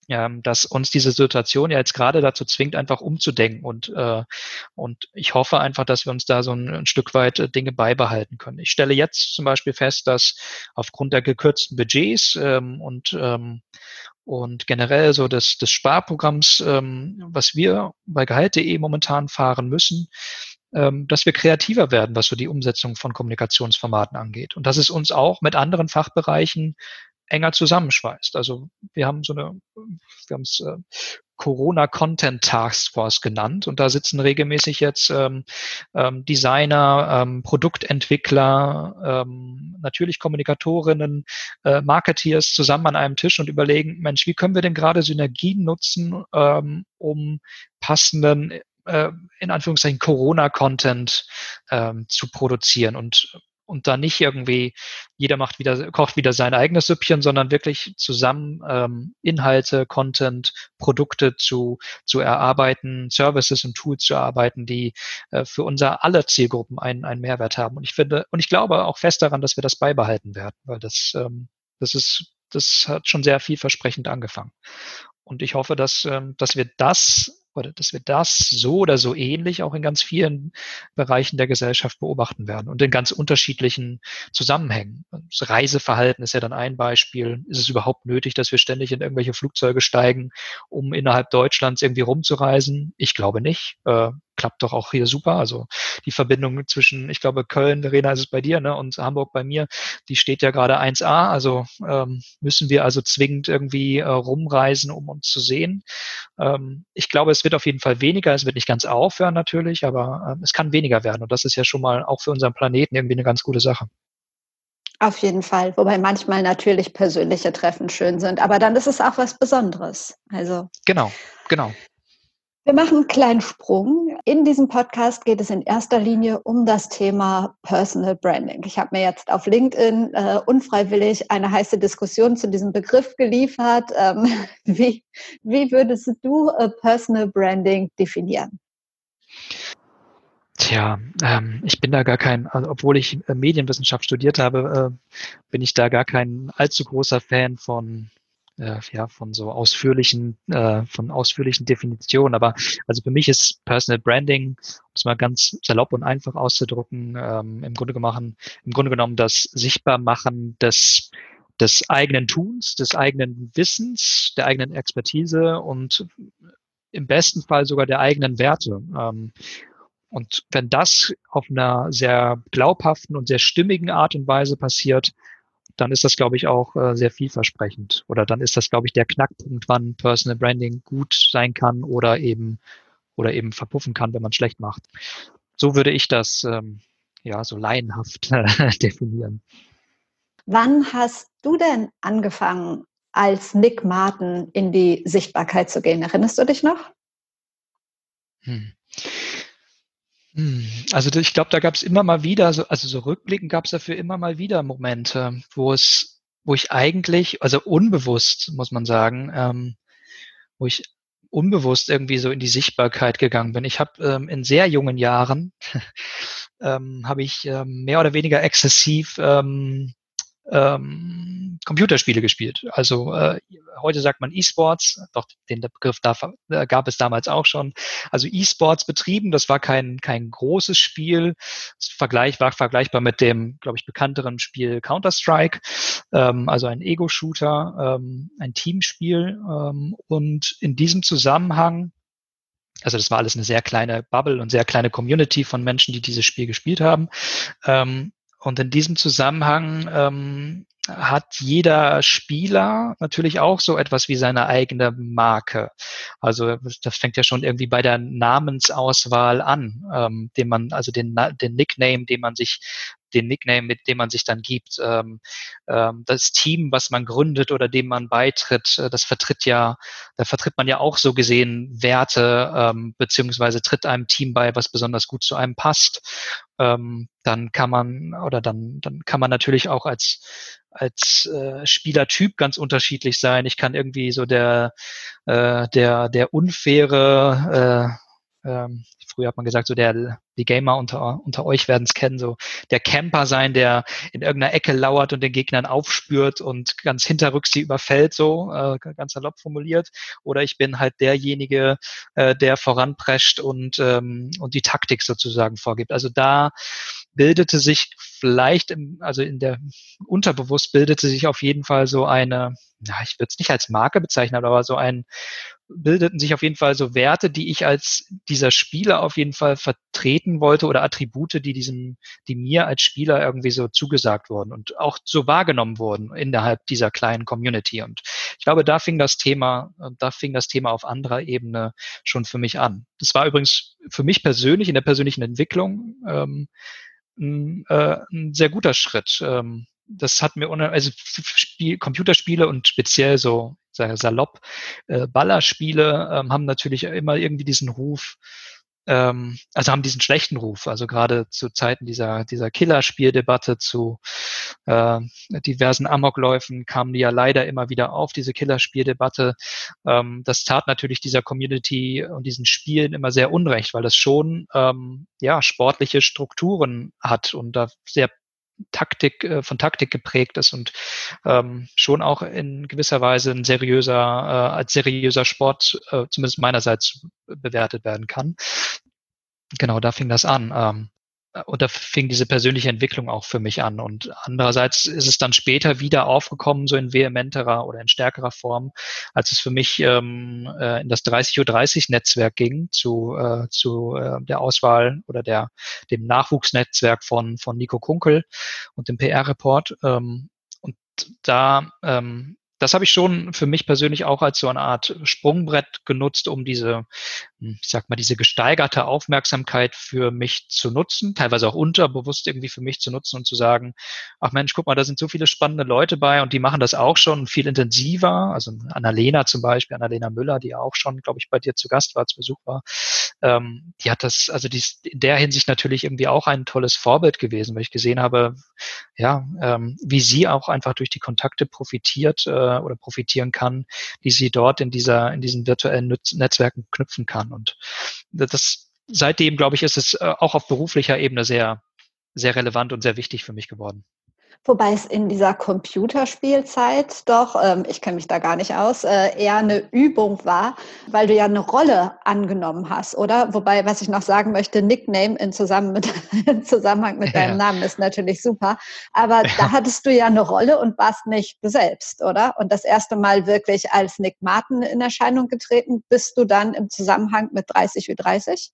ähm, dass uns diese Situation ja jetzt gerade dazu zwingt, einfach umzudenken und äh, und ich hoffe einfach, dass wir uns da so ein, ein Stück weit äh, Dinge beibehalten können. Ich stelle jetzt zum Beispiel fest, dass aufgrund der gekürzten Budgets ähm, und ähm, und generell so des, des Sparprogramms, ähm, was wir bei Gehalt punkt de momentan fahren müssen, ähm, dass wir kreativer werden, was so die Umsetzung von Kommunikationsformaten angeht. Und dass es uns auch mit anderen Fachbereichen enger zusammenschweißt. Also wir haben so eine, wir haben es äh, Corona Content Task Force genannt und da sitzen regelmäßig jetzt ähm, ähm, Designer, ähm, Produktentwickler, ähm, natürlich Kommunikatorinnen, äh, Marketeers zusammen an einem Tisch und überlegen, Mensch, wie können wir denn gerade Synergien nutzen, ähm, um passenden äh, in Anführungszeichen Corona-Content ähm, zu produzieren und und da nicht irgendwie jeder macht wieder, kocht wieder sein eigenes Süppchen, sondern wirklich zusammen ähm, Inhalte, Content, Produkte zu, zu erarbeiten, Services und Tools zu erarbeiten, die äh, für unser alle Zielgruppen einen, einen Mehrwert haben. Und ich finde, und ich glaube auch fest daran, dass wir das beibehalten werden, weil das, ähm, das ist, das hat schon sehr vielversprechend angefangen. Und ich hoffe, dass, ähm, dass wir das oder dass wir das so oder so ähnlich auch in ganz vielen Bereichen der Gesellschaft beobachten werden und in ganz unterschiedlichen Zusammenhängen. Das Reiseverhalten ist ja dann ein Beispiel. Ist es überhaupt nötig, dass wir ständig in irgendwelche Flugzeuge steigen, um innerhalb Deutschlands irgendwie rumzureisen? Ich glaube nicht. Äh, klappt doch auch hier super. Also die Verbindung zwischen, ich glaube, Köln, Verena, ist es bei dir, ne, und Hamburg bei mir, die steht ja gerade eins a. Also ähm, müssen wir also zwingend irgendwie äh, rumreisen, um uns zu sehen. Ähm, ich glaube, es wird auf jeden Fall weniger. Es wird nicht ganz aufhören natürlich, aber äh, es kann weniger werden. Und das ist ja schon mal auch für unseren Planeten irgendwie eine ganz gute Sache. Auf jeden Fall, wobei manchmal natürlich persönliche Treffen schön sind, aber dann ist es auch was Besonderes. Also Genau, genau. wir machen einen kleinen Sprung. In diesem Podcast geht es in erster Linie um das Thema Personal Branding. Ich habe mir jetzt auf LinkedIn äh, unfreiwillig eine heiße Diskussion zu diesem Begriff geliefert. Ähm, wie, wie würdest du äh, Personal Branding definieren? Tja, ähm, ich bin da gar kein, also obwohl ich äh, Medienwissenschaft studiert habe, äh, bin ich da gar kein allzu großer Fan von äh, ja, von so ausführlichen, äh, von ausführlichen Definitionen. Aber also für mich ist Personal Branding, um es mal ganz salopp und einfach auszudrücken, ähm, im Grunde genommen, im Grunde genommen das Sichtbarmachen des des eigenen Tuns, des eigenen Wissens, der eigenen Expertise und im besten Fall sogar der eigenen Werte. Ähm, und wenn das auf einer sehr glaubhaften und sehr stimmigen Art und Weise passiert, dann ist das, glaube ich, auch äh, sehr vielversprechend. Oder dann ist das, glaube ich, der Knackpunkt, wann Personal Branding gut sein kann oder eben oder eben verpuffen kann, wenn man es schlecht macht. So würde ich das ähm, ja so laienhaft äh, definieren. Wann hast du denn angefangen, als Nick Martin in die Sichtbarkeit zu gehen? Erinnerst du dich noch? Hm. Hm. Also ich glaube, da gab es immer mal wieder, so, also so rückblickend gab es dafür immer mal wieder Momente, wo es, wo ich eigentlich, also unbewusst, muss man sagen, ähm, wo ich unbewusst irgendwie so in die Sichtbarkeit gegangen bin. Ich habe ähm, in sehr jungen Jahren ähm, habe ich ähm, mehr oder weniger exzessiv ähm, ähm, Computerspiele gespielt. Also äh, heute sagt man E-Sports, doch den Begriff da, äh, gab es damals auch schon. Also E-Sports betrieben, das war kein kein großes Spiel. Das Vergleich war vergleichbar mit dem, glaube ich, bekannteren Spiel Counter-Strike, ähm, also ein Ego-Shooter, ähm, ein Teamspiel. Ähm, und in diesem Zusammenhang, also das war alles eine sehr kleine Bubble und sehr kleine Community von Menschen, die dieses Spiel gespielt haben. Ähm, und in diesem Zusammenhang ähm, hat jeder Spieler natürlich auch so etwas wie seine eigene Marke. Also das fängt ja schon irgendwie bei der Namensauswahl an, ähm, den man, also den, den Nickname, den man sich den Nickname, mit dem man sich dann gibt. Ähm, ähm, das Team, was man gründet oder dem man beitritt, äh, das vertritt ja, da vertritt man ja auch so gesehen Werte, ähm, beziehungsweise tritt einem Team bei, was besonders gut zu einem passt. Ähm, dann kann man, oder dann, dann kann man natürlich auch als, als äh, Spielertyp ganz unterschiedlich sein. Ich kann irgendwie so der, äh, der, der unfaire, äh, ähm, früher hat man gesagt, so der, die Gamer unter, unter euch werden es kennen, so der Camper sein, der in irgendeiner Ecke lauert und den Gegnern aufspürt und ganz hinterrücks sie überfällt, so äh, ganz salopp formuliert. Oder ich bin halt derjenige, äh, der voranprescht und, ähm, und die Taktik sozusagen vorgibt. Also da bildete sich vielleicht, im, also in der unterbewusst bildete sich auf jeden Fall so eine, na, ich würde es nicht als Marke bezeichnen, aber so ein, bildeten sich auf jeden Fall so Werte, die ich als dieser Spieler auf jeden Fall vertreten wollte oder Attribute, die diesem, die mir als Spieler irgendwie so zugesagt wurden und auch so wahrgenommen wurden innerhalb dieser kleinen Community. Und ich glaube, da fing das Thema, da fing das Thema auf anderer Ebene schon für mich an. Das war übrigens für mich persönlich in der persönlichen Entwicklung ähm, ein, äh, ein sehr guter Schritt. Ähm, das hat mir, also Spiel, Computerspiele und speziell so salopp äh, Ballerspiele ähm, haben natürlich immer irgendwie diesen Ruf, ähm, also haben diesen schlechten Ruf, also gerade zu Zeiten dieser dieser Killerspieldebatte, zu äh, diversen Amokläufen kamen die ja leider immer wieder auf, diese Killerspieldebatte. Ähm, das tat natürlich dieser Community und diesen Spielen immer sehr unrecht, weil das schon ähm, ja sportliche Strukturen hat und da sehr Taktik, äh, von Taktik geprägt ist und ähm, schon auch in gewisser Weise ein seriöser, äh, als seriöser Sport, äh, zumindest meinerseits, bewertet werden kann. Genau, da fing das an. Ähm, und da fing diese persönliche Entwicklung auch für mich an. Und andererseits ist es dann später wieder aufgekommen, so in vehementerer oder in stärkerer Form, als es für mich ähm, äh, in das dreißig Uhr dreißig Netzwerk ging, zu, äh, zu äh, der Auswahl oder der dem Nachwuchsnetzwerk von, von Nico Kunkel und dem P R-Report. Ähm, und da ähm, das habe ich schon für mich persönlich auch als so eine Art Sprungbrett genutzt, um diese, ich sag mal, diese gesteigerte Aufmerksamkeit für mich zu nutzen, teilweise auch unterbewusst irgendwie für mich zu nutzen und zu sagen, ach Mensch, guck mal, da sind so viele spannende Leute bei und die machen das auch schon viel intensiver. Also Annalena zum Beispiel, Annalena Müller, die auch schon, glaube ich, bei dir zu Gast war, zu Besuch war, ähm, die hat das, also die ist in der Hinsicht natürlich irgendwie auch ein tolles Vorbild gewesen, weil ich gesehen habe, ja, ähm, wie sie auch einfach durch die Kontakte profitiert äh, oder profitieren kann, die sie dort in dieser, in diesen virtuellen Nutz- Netzwerken knüpfen kann. Und das, seitdem, glaube ich, ist es äh, auch auf beruflicher Ebene sehr, sehr relevant und sehr wichtig für mich geworden. Wobei es in dieser Computerspielzeit doch, ähm, ich kenne mich da gar nicht aus, äh, eher eine Übung war, weil du ja eine Rolle angenommen hast, oder? Wobei, was ich noch sagen möchte, Nickname in, zusammen mit, in Zusammenhang mit deinem Ja. Namen ist natürlich super. Aber ja. Da hattest du ja eine Rolle und warst nicht du selbst, oder? Und das erste Mal wirklich als Nick Martin in Erscheinung getreten, bist du dann im Zusammenhang mit dreißig Uhr dreißig?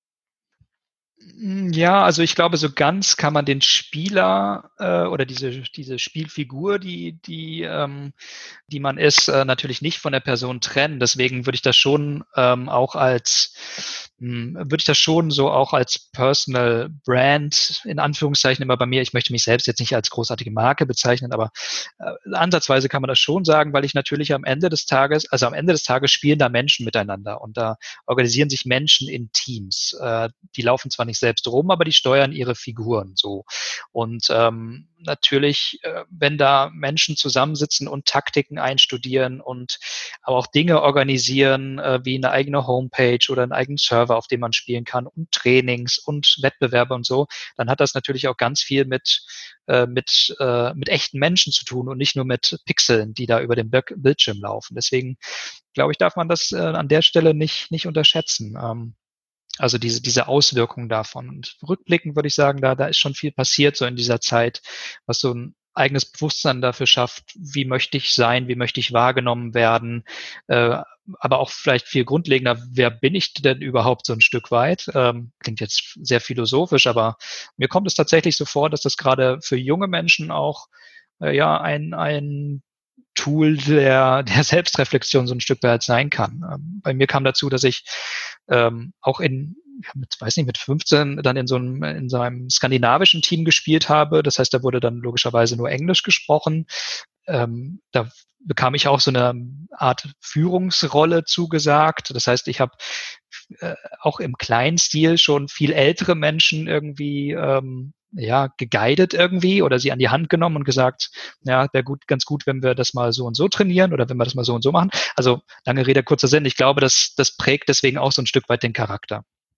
Ja, also ich glaube, so ganz kann man den Spieler äh, oder diese diese Spielfigur, die die ähm, die man ist, äh, natürlich nicht von der Person trennen. Deswegen würde ich das schon ähm, auch als mh, würde ich das schon so auch als Personal Brand in Anführungszeichen immer bei mir. Ich möchte mich selbst jetzt nicht als großartige Marke bezeichnen, aber äh, ansatzweise kann man das schon sagen, weil ich natürlich am Ende des Tages, also am Ende des Tages spielen da Menschen miteinander und da organisieren sich Menschen in Teams. Äh, die laufen zwar nicht selbst rum, aber die steuern ihre Figuren so. Und ähm, natürlich, äh, wenn da Menschen zusammensitzen und Taktiken einstudieren und aber auch Dinge organisieren, äh, wie eine eigene Homepage oder einen eigenen Server, auf dem man spielen kann und Trainings und Wettbewerbe und so, dann hat das natürlich auch ganz viel mit äh, mit äh, mit echten Menschen zu tun und nicht nur mit Pixeln, die da über den Bildschirm laufen. Deswegen glaube ich, darf man das äh, an der Stelle nicht nicht unterschätzen. Ähm, Also diese, diese Auswirkungen davon. Und rückblickend würde ich sagen, da, da ist schon viel passiert so in dieser Zeit, was so ein eigenes Bewusstsein dafür schafft, wie möchte ich sein, wie möchte ich wahrgenommen werden, äh, aber auch vielleicht viel grundlegender, wer bin ich denn überhaupt so ein Stück weit? Ähm, klingt jetzt sehr philosophisch, aber mir kommt es tatsächlich so vor, dass das gerade für junge Menschen auch äh, ja ein, ein Tool der, der Selbstreflexion so ein Stück weit sein kann. Ähm, bei mir kam dazu, dass ich ähm, auch in, mit, weiß nicht, mit fünfzehn dann in so einem, in so einem skandinavischen Team gespielt habe. Das heißt, da wurde dann logischerweise nur Englisch gesprochen. Ähm, da bekam ich auch so eine Art Führungsrolle zugesagt. Das heißt, ich habe äh, auch im kleinen Stil schon viel ältere Menschen irgendwie ähm, ja, geguidet irgendwie oder sie an die Hand genommen und gesagt, ja, wäre gut, ganz gut, wenn wir das mal so und so trainieren oder wenn wir das mal so und so machen. Also lange Rede, kurzer Sinn. Ich glaube, das, das prägt deswegen auch so ein Stück weit den Charakter.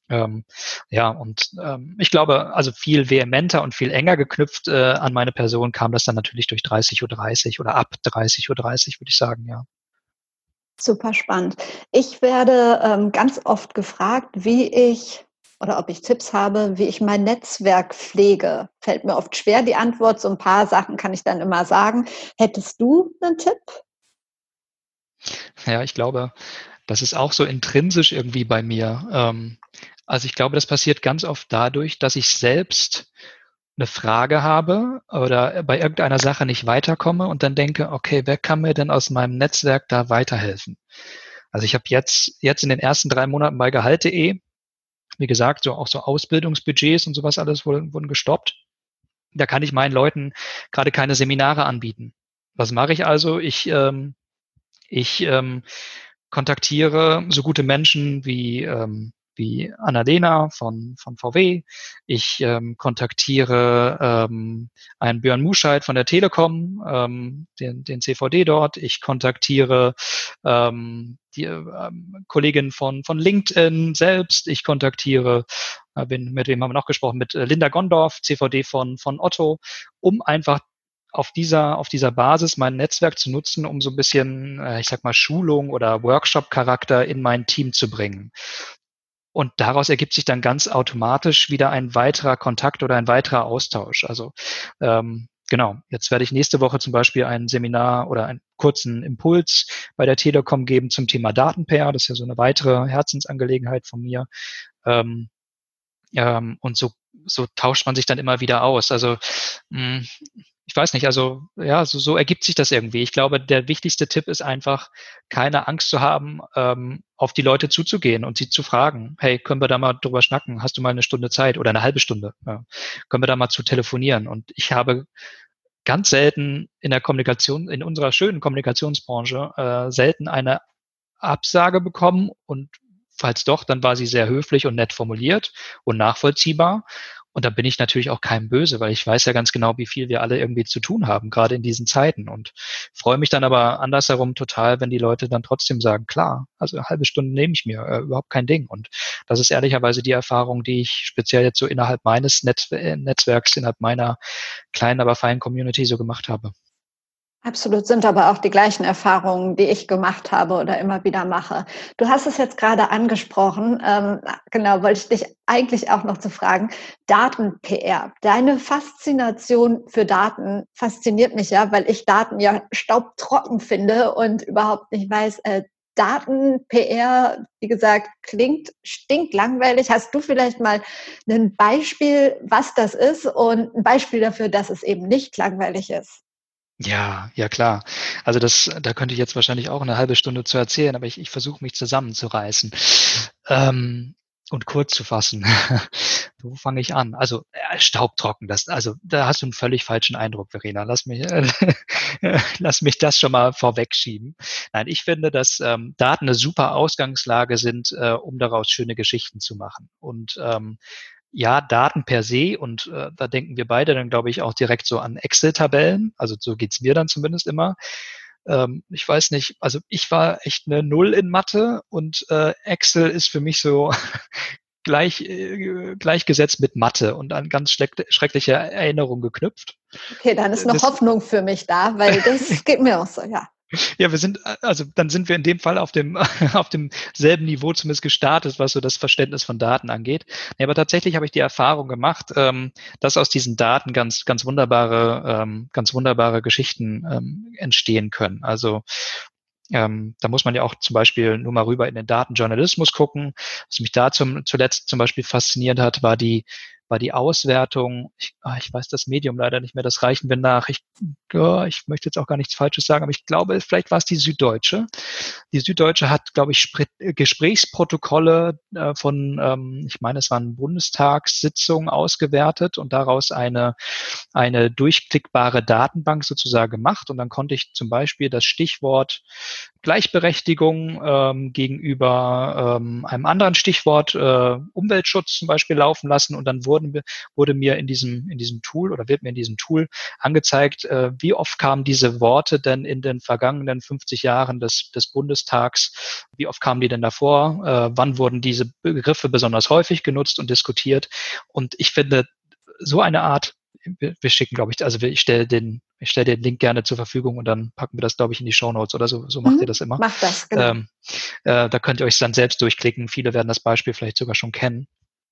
Ähm, ja, und ähm, ich glaube, also viel vehementer und viel enger geknüpft äh, an meine Person kam das dann natürlich durch dreißig Uhr dreißig oder ab dreißig Uhr dreißig, würde ich sagen, ja. Super spannend. Ich werde ähm, ganz oft gefragt, wie ich oder ob ich Tipps habe, wie ich mein Netzwerk pflege. Fällt mir oft schwer, die Antwort. So ein paar Sachen kann ich dann immer sagen. Hättest du einen Tipp? Ja, ich glaube, das ist auch so intrinsisch irgendwie bei mir. Ähm, also ich glaube, das passiert ganz oft dadurch, dass ich selbst eine Frage habe oder bei irgendeiner Sache nicht weiterkomme und dann denke: „Okay, wer kann mir denn aus meinem Netzwerk da weiterhelfen?“ Also, ich habe jetzt jetzt in den ersten drei Monaten bei Gehalt Punkt de, wie gesagt, so auch so Ausbildungsbudgets und sowas alles wurden wurden gestoppt. Da kann ich meinen Leuten gerade keine Seminare anbieten. Was mache ich also? Ich, ähm ich, ähm, kontaktiere so gute Menschen wie, ähm, wie Annalena von, von V W. Ich ähm, kontaktiere ähm, einen Björn Muscheid von der Telekom, ähm, den, den C V D dort. Ich kontaktiere ähm, die ähm, Kollegin von, von LinkedIn selbst. Ich kontaktiere, äh, bin, mit wem haben wir noch gesprochen? Mit äh, Linda Gondorf, C V D von, von Otto, um einfach auf dieser, auf dieser Basis mein Netzwerk zu nutzen, um so ein bisschen, äh, ich sag mal, Schulung oder Workshop-Charakter in mein Team zu bringen. Und daraus ergibt sich dann ganz automatisch wieder ein weiterer Kontakt oder ein weiterer Austausch. Also ähm, genau, jetzt werde ich nächste Woche zum Beispiel ein Seminar oder einen kurzen Impuls bei der Telekom geben zum Thema Datenpair. Das ist ja so eine weitere Herzensangelegenheit von mir. Ähm, ähm, und so, so tauscht man sich dann immer wieder aus. Also mh, ich weiß nicht, also ja, so, so ergibt sich das irgendwie. Ich glaube, der wichtigste Tipp ist einfach, keine Angst zu haben, ähm, auf die Leute zuzugehen und sie zu fragen, hey, können wir da mal drüber schnacken? Hast du mal eine Stunde Zeit oder eine halbe Stunde? Ja. Können wir da mal zu telefonieren? Und ich habe ganz selten in der Kommunikation, in unserer schönen Kommunikationsbranche, äh, selten eine Absage bekommen und falls doch, dann war sie sehr höflich und nett formuliert und nachvollziehbar. Und da bin ich natürlich auch keinem böse, weil ich weiß ja ganz genau, wie viel wir alle irgendwie zu tun haben, gerade in diesen Zeiten. Und freue mich dann aber andersherum total, wenn die Leute dann trotzdem sagen, klar, also eine halbe Stunde nehme ich mir, äh, überhaupt kein Ding. Und das ist ehrlicherweise die Erfahrung, die ich speziell jetzt so innerhalb meines Net äh, Netzwerks, innerhalb meiner kleinen, aber feinen Community so gemacht habe. Absolut, sind aber auch die gleichen Erfahrungen, die ich gemacht habe oder immer wieder mache. Du hast es jetzt gerade angesprochen, ähm, genau, wollte ich dich eigentlich auch noch zu fragen, Daten-P R. Deine Faszination für Daten fasziniert mich ja, weil ich Daten ja staubtrocken finde und überhaupt nicht weiß, äh, Daten-P R, wie gesagt, klingt stinklangweilig. Hast du vielleicht mal ein Beispiel, was das ist und ein Beispiel dafür, dass es eben nicht langweilig ist? Ja, ja klar. Also das da könnte ich jetzt wahrscheinlich auch eine halbe Stunde zu erzählen, aber ich ich versuche mich zusammenzureißen, ähm, und kurz zu fassen. Wo fange ich an? Also, äh, staubtrocken, das also, da hast du einen völlig falschen Eindruck, Verena. Lass mich äh, lass mich das schon mal vorwegschieben. Nein, ich finde, dass, ähm, Daten eine super Ausgangslage sind, äh, um daraus schöne Geschichten zu machen. Und, ähm, ja, Daten per se und, äh, da denken wir beide dann, glaube ich, auch direkt so an Excel-Tabellen. Also, so geht's mir dann zumindest immer. Ähm, ich weiß nicht, also, ich war echt 'ne Null in Mathe und, äh, Excel ist für mich so gleich äh, gleichgesetzt mit Mathe und an ganz schleck schreckliche Erinnerungen geknüpft. Okay, dann ist Äh, noch das Hoffnung für mich da, weil das geht mir auch so, ja. Ja, wir sind a also, dann sind wir in dem Fall auf dem auf demselben Niveau zumindest gestartet, was so das Verständnis von Daten angeht. Ne, aber tatsächlich habe ich die Erfahrung gemacht, ähm, dass aus diesen Daten ganz ganz wunderbare ähm, ganz wunderbare Geschichten, ähm, entstehen können. Also, ähm, da muss man ja auch zum Beispiel nur mal rüber in den Datenjournalismus gucken. Was mich da zum zuletzt zum Beispiel fasziniert hat, war die war die Auswertung. Ich ah, ich weiß das Medium leider nicht mehr, das reichen wir nach. Ich ja, ich möchte jetzt auch gar nichts Falsches sagen, aber ich glaube, vielleicht war es die Süddeutsche. Die Süddeutsche hat, glaube ich, Sprit äh, Gesprächsprotokolle, äh, von, ähm ich meine, es waren Bundestagssitzungen ausgewertet und daraus eine eine durchklickbare Datenbank sozusagen gemacht. Und dann konnte ich zum Beispiel das Stichwort Gleichberechtigung ähm, gegenüber ähm, einem anderen Stichwort, äh, Umweltschutz zum Beispiel, laufen lassen. Und dann wurden, wurde mir in diesem, in diesem Tool oder wird mir in diesem Tool angezeigt, äh, wie oft kamen diese Worte denn in den vergangenen fünfzig Jahren des, des Bundestags, wie oft kamen die denn davor, äh, wann wurden diese Begriffe besonders häufig genutzt und diskutiert. Und ich finde, so eine Art, wir, wir schicken, glaube ich, also ich stelle den, ich stelle den Link gerne zur Verfügung und dann packen wir das, glaube ich, in die Shownotes oder so. So macht Mhm. ihr das immer. Macht das, genau. Ähm, äh, da könnt ihr euch dann selbst durchklicken. Viele werden das Beispiel vielleicht sogar schon kennen.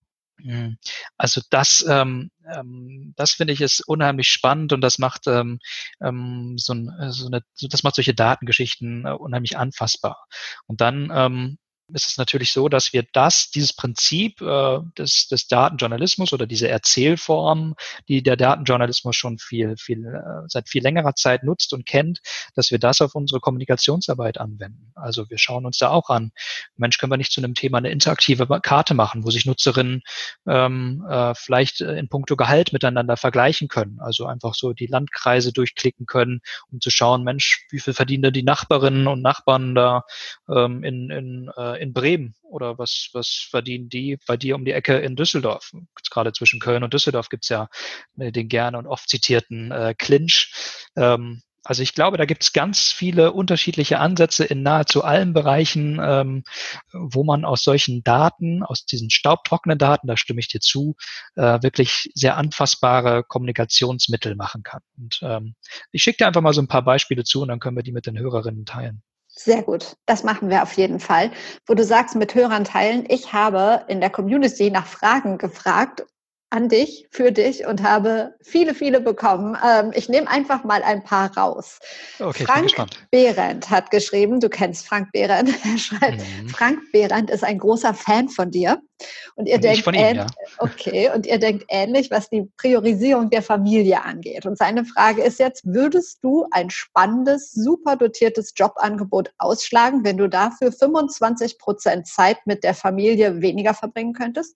Also das, ähm, ähm, das finde ich ist unheimlich spannend und das macht ähm, ähm, so, ein, so eine, so, das macht solche Datengeschichten äh, unheimlich anfassbar. Und dann ähm, ist es natürlich so, dass wir das, dieses Prinzip äh, des, des Datenjournalismus oder diese Erzählform, die der Datenjournalismus schon viel, viel äh, seit viel längerer Zeit nutzt und kennt, dass wir das auf unsere Kommunikationsarbeit anwenden. Also wir schauen uns da auch an, Mensch, können wir nicht zu einem Thema eine interaktive Karte machen, wo sich Nutzerinnen ähm, äh, vielleicht in puncto Gehalt miteinander vergleichen können. Also einfach so die Landkreise durchklicken können, um zu schauen, Mensch, wie viel verdienen denn die Nachbarinnen und Nachbarn da ähm, in, in, äh, in Bremen oder was, was verdienen die bei dir um die Ecke in Düsseldorf? Gerade zwischen Köln und Düsseldorf gibt's ja äh, den gerne und oft zitierten äh, Clinch. Ähm, Also ich glaube, da gibt es ganz viele unterschiedliche Ansätze in nahezu allen Bereichen, ähm, wo man aus solchen Daten, aus diesen staubtrockenen Daten, da stimme ich dir zu, äh, wirklich sehr anfassbare Kommunikationsmittel machen kann. Und ähm, ich schicke dir einfach mal so ein paar Beispiele zu und dann können wir die mit den Hörerinnen teilen. Sehr gut, das machen wir auf jeden Fall. Wo du sagst, mit Hörern teilen, ich habe in der Community nach Fragen gefragt an dich, für dich und habe viele, viele bekommen. Ähm, ich nehme einfach mal ein paar raus. Okay, Frank ich bin gespannt. Behrendt hat geschrieben, du kennst Frank Behrendt, er schreibt, mhm. Frank Behrendt ist ein großer Fan von dir. Und ihr Und denkt, ich von ihm, ja. Okay, und ihr denkt ähnlich, was die Priorisierung der Familie angeht. Und seine Frage ist jetzt, würdest du ein spannendes, super dotiertes Jobangebot ausschlagen, wenn du dafür fünfundzwanzig Prozent Zeit mit der Familie weniger verbringen könntest?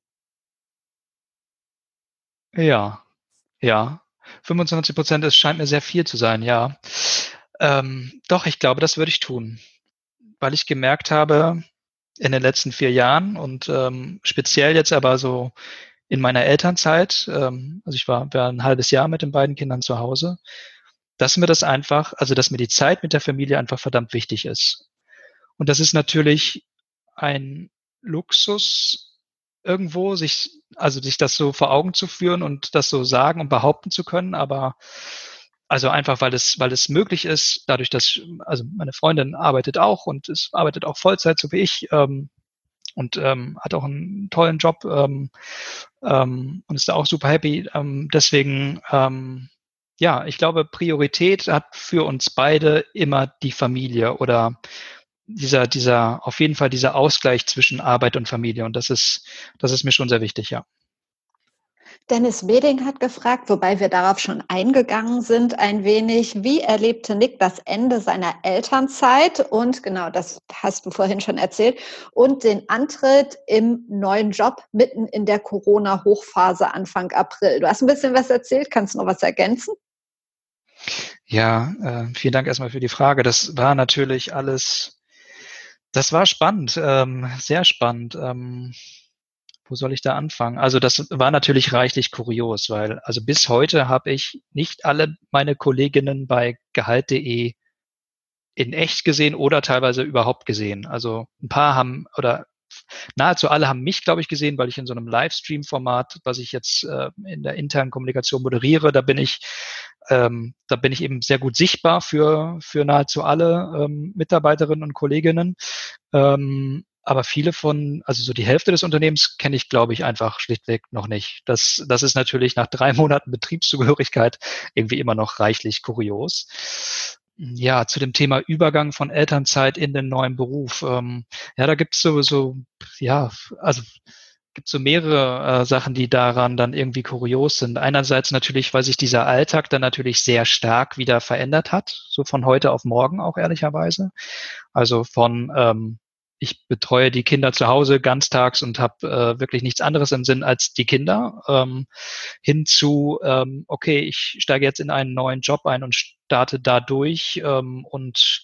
Ja, ja. fünfundzwanzig Prozent, es scheint mir sehr viel zu sein, ja. Ähm, doch, ich glaube, das würde ich tun, weil ich gemerkt habe, in den letzten vier Jahren und ähm, speziell jetzt aber so in meiner Elternzeit, ähm, also ich war, war ein halbes Jahr mit den beiden Kindern zu Hause, dass mir das einfach, also dass mir die Zeit mit der Familie einfach verdammt wichtig ist. Und das ist natürlich ein Luxus irgendwo, sich, also sich das so vor Augen zu führen und das so sagen und behaupten zu können, aber also einfach, weil es, weil es möglich ist, dadurch, dass, also meine Freundin arbeitet auch und es arbeitet auch Vollzeit, so wie ich, ähm, und ähm, hat auch einen tollen Job ähm, ähm, und ist da auch super happy. Ähm, deswegen, ähm, ja, ich glaube, Priorität hat für uns beide immer die Familie oder dieser, dieser, auf jeden Fall dieser Ausgleich zwischen Arbeit und Familie. Und das ist, das ist mir schon sehr wichtig, ja. Dennis Weding hat gefragt, wobei wir darauf schon eingegangen sind, ein wenig, wie erlebte Nick das Ende seiner Elternzeit und genau, das hast du vorhin schon erzählt, und den Antritt im neuen Job mitten in der Corona-Hochphase Anfang April. Du hast ein bisschen was erzählt, kannst du noch was ergänzen? Ja, äh, vielen Dank erstmal für die Frage. Das war natürlich alles, das war spannend, ähm, sehr spannend. Ähm, Wo soll ich da anfangen? Also das war natürlich reichlich kurios, weil also bis heute habe ich nicht alle meine Kolleginnen bei Gehalt punkt de in echt gesehen oder teilweise überhaupt gesehen. Also ein paar haben oder nahezu alle haben mich, glaube ich, gesehen, weil ich in so einem Livestream-Format, was ich jetzt äh, in der internen Kommunikation moderiere, da bin ich, ähm, da bin ich eben sehr gut sichtbar für für nahezu alle ähm, Mitarbeiterinnen und Kolleginnen. Ähm, aber viele von, also so die Hälfte des Unternehmens kenne ich, glaube ich, einfach schlichtweg noch nicht. Das, das ist natürlich nach drei Monaten Betriebszugehörigkeit irgendwie immer noch reichlich kurios. Ja, zu dem Thema Übergang von Elternzeit in den neuen Beruf. Ähm, ja, da gibt's sowieso, ja, also gibt so mehrere äh, Sachen, die daran dann irgendwie kurios sind. Einerseits natürlich, weil sich dieser Alltag dann natürlich sehr stark wieder verändert hat, so von heute auf morgen auch ehrlicherweise. Also von ähm, ich betreue die Kinder zu Hause ganztags und habe äh, wirklich nichts anderes im Sinn als die Kinder, ähm, hin zu, ähm, okay, ich steige jetzt in einen neuen Job ein und starte dadurch ähm, und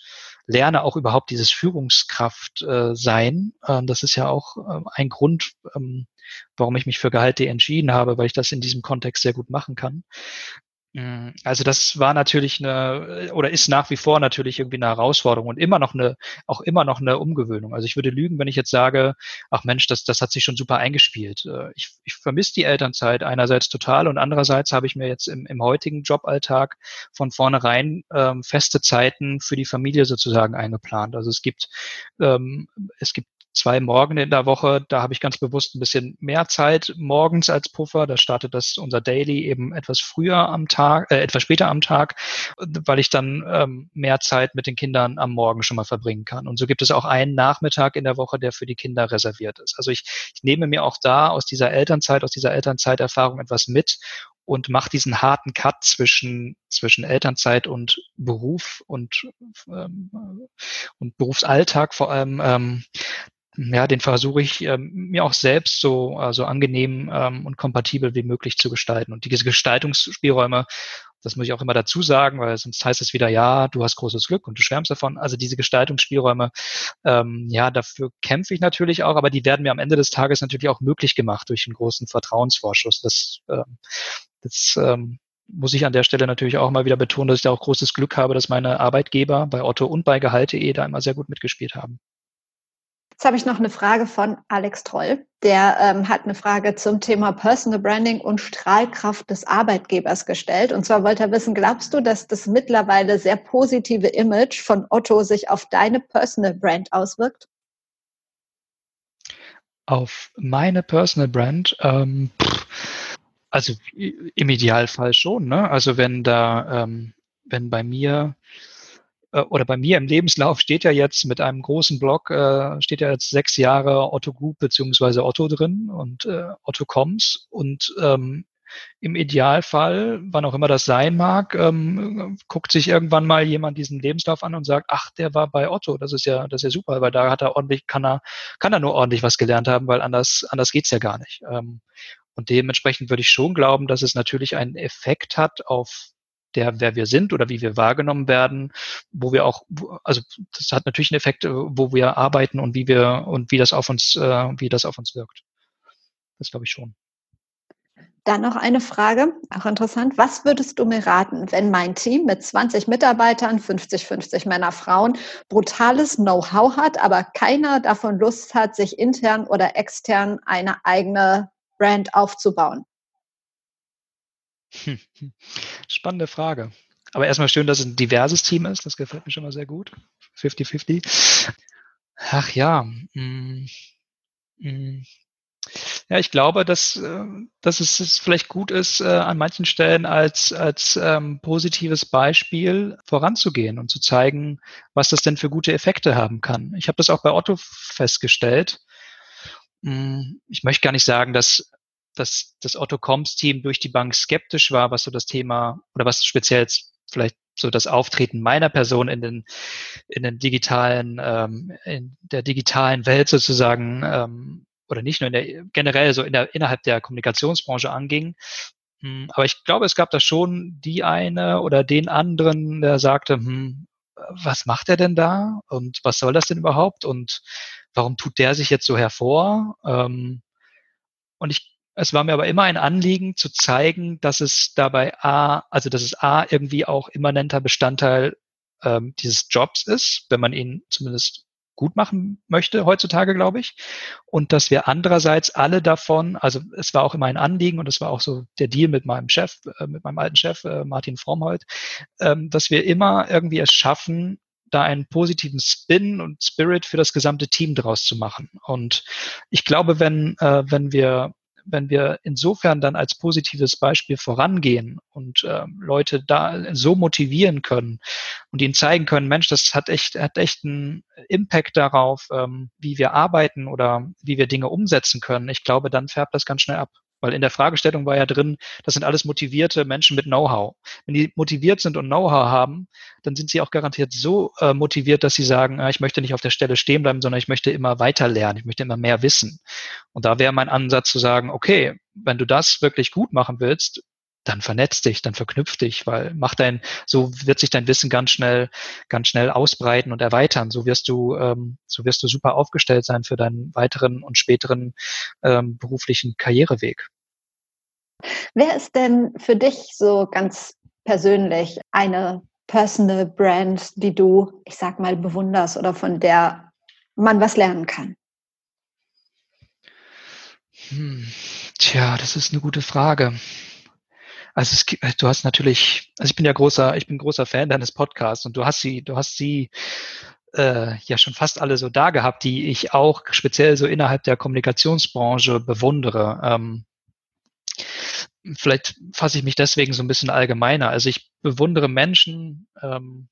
lerne auch überhaupt dieses Führungskraft äh, sein. Ähm, das ist ja auch äh, ein Grund, ähm, warum ich mich für Gehalt punkt de entschieden habe, weil ich das in diesem Kontext sehr gut machen kann. Mm, Also das war natürlich eine, oder ist nach wie vor natürlich irgendwie eine Herausforderung und immer noch eine, auch immer noch eine Umgewöhnung. Also ich würde lügen, wenn ich jetzt sage, ach Mensch, das, das hat sich schon super eingespielt. Äh, Ich, ich vermisse die Elternzeit einerseits total und andererseits habe ich mir jetzt im, im heutigen Joballtag von vornherein ähm, feste Zeiten für die Familie sozusagen eingeplant. Also es gibt, ähm, es gibt zwei Morgen in der Woche, da habe ich ganz bewusst ein bisschen mehr Zeit morgens als Puffer. Da startet das unser Daily eben etwas früher am Tag, äh, etwas später am Tag, weil ich dann ähm, mehr Zeit mit den Kindern am Morgen schon mal verbringen kann. Und so gibt es auch einen Nachmittag in der Woche, der für die Kinder reserviert ist. Also ich, ich nehme mir auch da aus dieser Elternzeit, aus dieser Elternzeiterfahrung etwas mit und mache diesen harten Cut zwischen zwischen Elternzeit und Beruf und ähm, und Berufsalltag vor allem. Ähm, ja, den versuche ich ähm, mir auch selbst so äh, so angenehm ähm, und kompatibel wie möglich zu gestalten. Und diese Gestaltungsspielräume, das muss ich auch immer dazu sagen, weil sonst heißt es wieder, ja, du hast großes Glück und du schwärmst davon. Also diese Gestaltungsspielräume, ähm, ja, dafür kämpfe ich natürlich auch, aber die werden mir am Ende des Tages natürlich auch möglich gemacht durch einen großen Vertrauensvorschuss. Das, ähm, das ähm, muss ich an der Stelle natürlich auch mal wieder betonen, dass ich da auch großes Glück habe, dass meine Arbeitgeber bei Otto und bei Gehalt punkt de da immer sehr gut mitgespielt haben. Jetzt habe ich noch eine Frage von Alex Troll. Der ähm, hat eine Frage zum Thema Personal Branding und Strahlkraft des Arbeitgebers gestellt. Und zwar wollte er wissen, glaubst du, dass das mittlerweile sehr positive Image von Otto sich auf deine Personal Brand auswirkt? Auf meine Personal Brand, ähm, also im Idealfall schon, ne? Also wenn da, ähm, wenn bei mir oder bei mir im Lebenslauf steht ja jetzt mit einem großen Blog, äh, steht ja jetzt sechs Jahre Otto Group beziehungsweise Otto drin und äh, Otto Coms und ähm, im Idealfall, wann auch immer das sein mag, ähm, guckt sich irgendwann mal jemand diesen Lebenslauf an und sagt, ach, der war bei Otto, das ist ja, das ist ja super, weil da hat er ordentlich, kann er, kann er nur ordentlich was gelernt haben, weil anders, anders geht's ja gar nicht. Ähm, und dementsprechend würde ich schon glauben, dass es natürlich einen Effekt hat auf der, wer wir sind oder wie wir wahrgenommen werden, wo wir auch, also das hat natürlich einen Effekt, wo wir arbeiten und wie wir und wie das auf uns, äh, wie das auf uns wirkt. Das glaube ich schon. Dann noch eine Frage, auch interessant. Was würdest du mir raten, wenn mein Team mit zwanzig Mitarbeitern, fünfzig fünfzig Männer, Frauen, brutales Know-how hat, aber keiner davon Lust hat, sich intern oder extern eine eigene Brand aufzubauen? Spannende Frage. Aber erstmal schön, dass es ein diverses Team ist. Das gefällt mir schon mal sehr gut. fünfzig fünfzig. Ach ja. Mm, mm. Ja, ich glaube, dass, äh, dass es, es vielleicht gut ist, äh, an manchen Stellen als, als ähm, positives Beispiel voranzugehen und zu zeigen, was das denn für gute Effekte haben kann. Ich habe das auch bei Otto festgestellt. Mm, Ich möchte gar nicht sagen, dass, dass das Otto-Comms-Team durch die Bank skeptisch war, was so das Thema oder was speziell jetzt vielleicht so das Auftreten meiner Person in den in den digitalen ähm, in der digitalen Welt sozusagen ähm, oder nicht nur in der generell so in der innerhalb der Kommunikationsbranche anging. Hm, Aber ich glaube, es gab da schon die eine oder den anderen, der sagte, hm, was macht er denn da und was soll das denn überhaupt und warum tut der sich jetzt so hervor? Ähm, und ich, es war mir aber immer ein Anliegen zu zeigen, dass es dabei A, also dass es A irgendwie auch immanenter Bestandteil ähm, dieses Jobs ist, wenn man ihn zumindest gut machen möchte heutzutage, glaube ich. Und dass wir andererseits alle davon, also es war auch immer ein Anliegen und es war auch so der Deal mit meinem Chef, äh, mit meinem alten Chef, äh, Martin Frommholt, ähm, dass wir immer irgendwie es schaffen, da einen positiven Spin und Spirit für das gesamte Team draus zu machen. Und ich glaube, wenn, äh, wenn wir wenn wir insofern dann als positives Beispiel vorangehen und ähm, Leute da so motivieren können und ihnen zeigen können, Mensch, das hat echt, hat echt einen Impact darauf, ähm, wie wir arbeiten oder wie wir Dinge umsetzen können. Ich glaube, dann färbt das ganz schnell ab. Weil in der Fragestellung war ja drin, das sind alles motivierte Menschen mit Know-how. Wenn die motiviert sind und Know-how haben, dann sind sie auch garantiert so äh, motiviert, dass sie sagen, äh, ich möchte nicht auf der Stelle stehen bleiben, sondern ich möchte immer weiter lernen, ich möchte immer mehr wissen. Und da wäre mein Ansatz zu sagen, okay, wenn du das wirklich gut machen willst, dann vernetz dich, dann verknüpf dich, weil mach dein, so wird sich dein Wissen ganz schnell, ganz schnell ausbreiten und erweitern. So wirst du, ähm, so wirst du super aufgestellt sein für deinen weiteren und späteren ähm, beruflichen Karriereweg. Wer ist denn für dich so ganz persönlich eine Personal Brand, die du, ich sag mal, bewunderst oder von der man was lernen kann? Hm. Tja, das ist eine gute Frage. Also es gibt, du hast natürlich, also ich bin ja großer, ich bin großer Fan deines Podcasts und du hast sie, du hast sie äh, ja schon fast alle so da gehabt, die ich auch speziell so innerhalb der Kommunikationsbranche bewundere. Ähm, vielleicht fasse ich mich deswegen so ein bisschen allgemeiner. Also ich bewundere Menschen, ähm,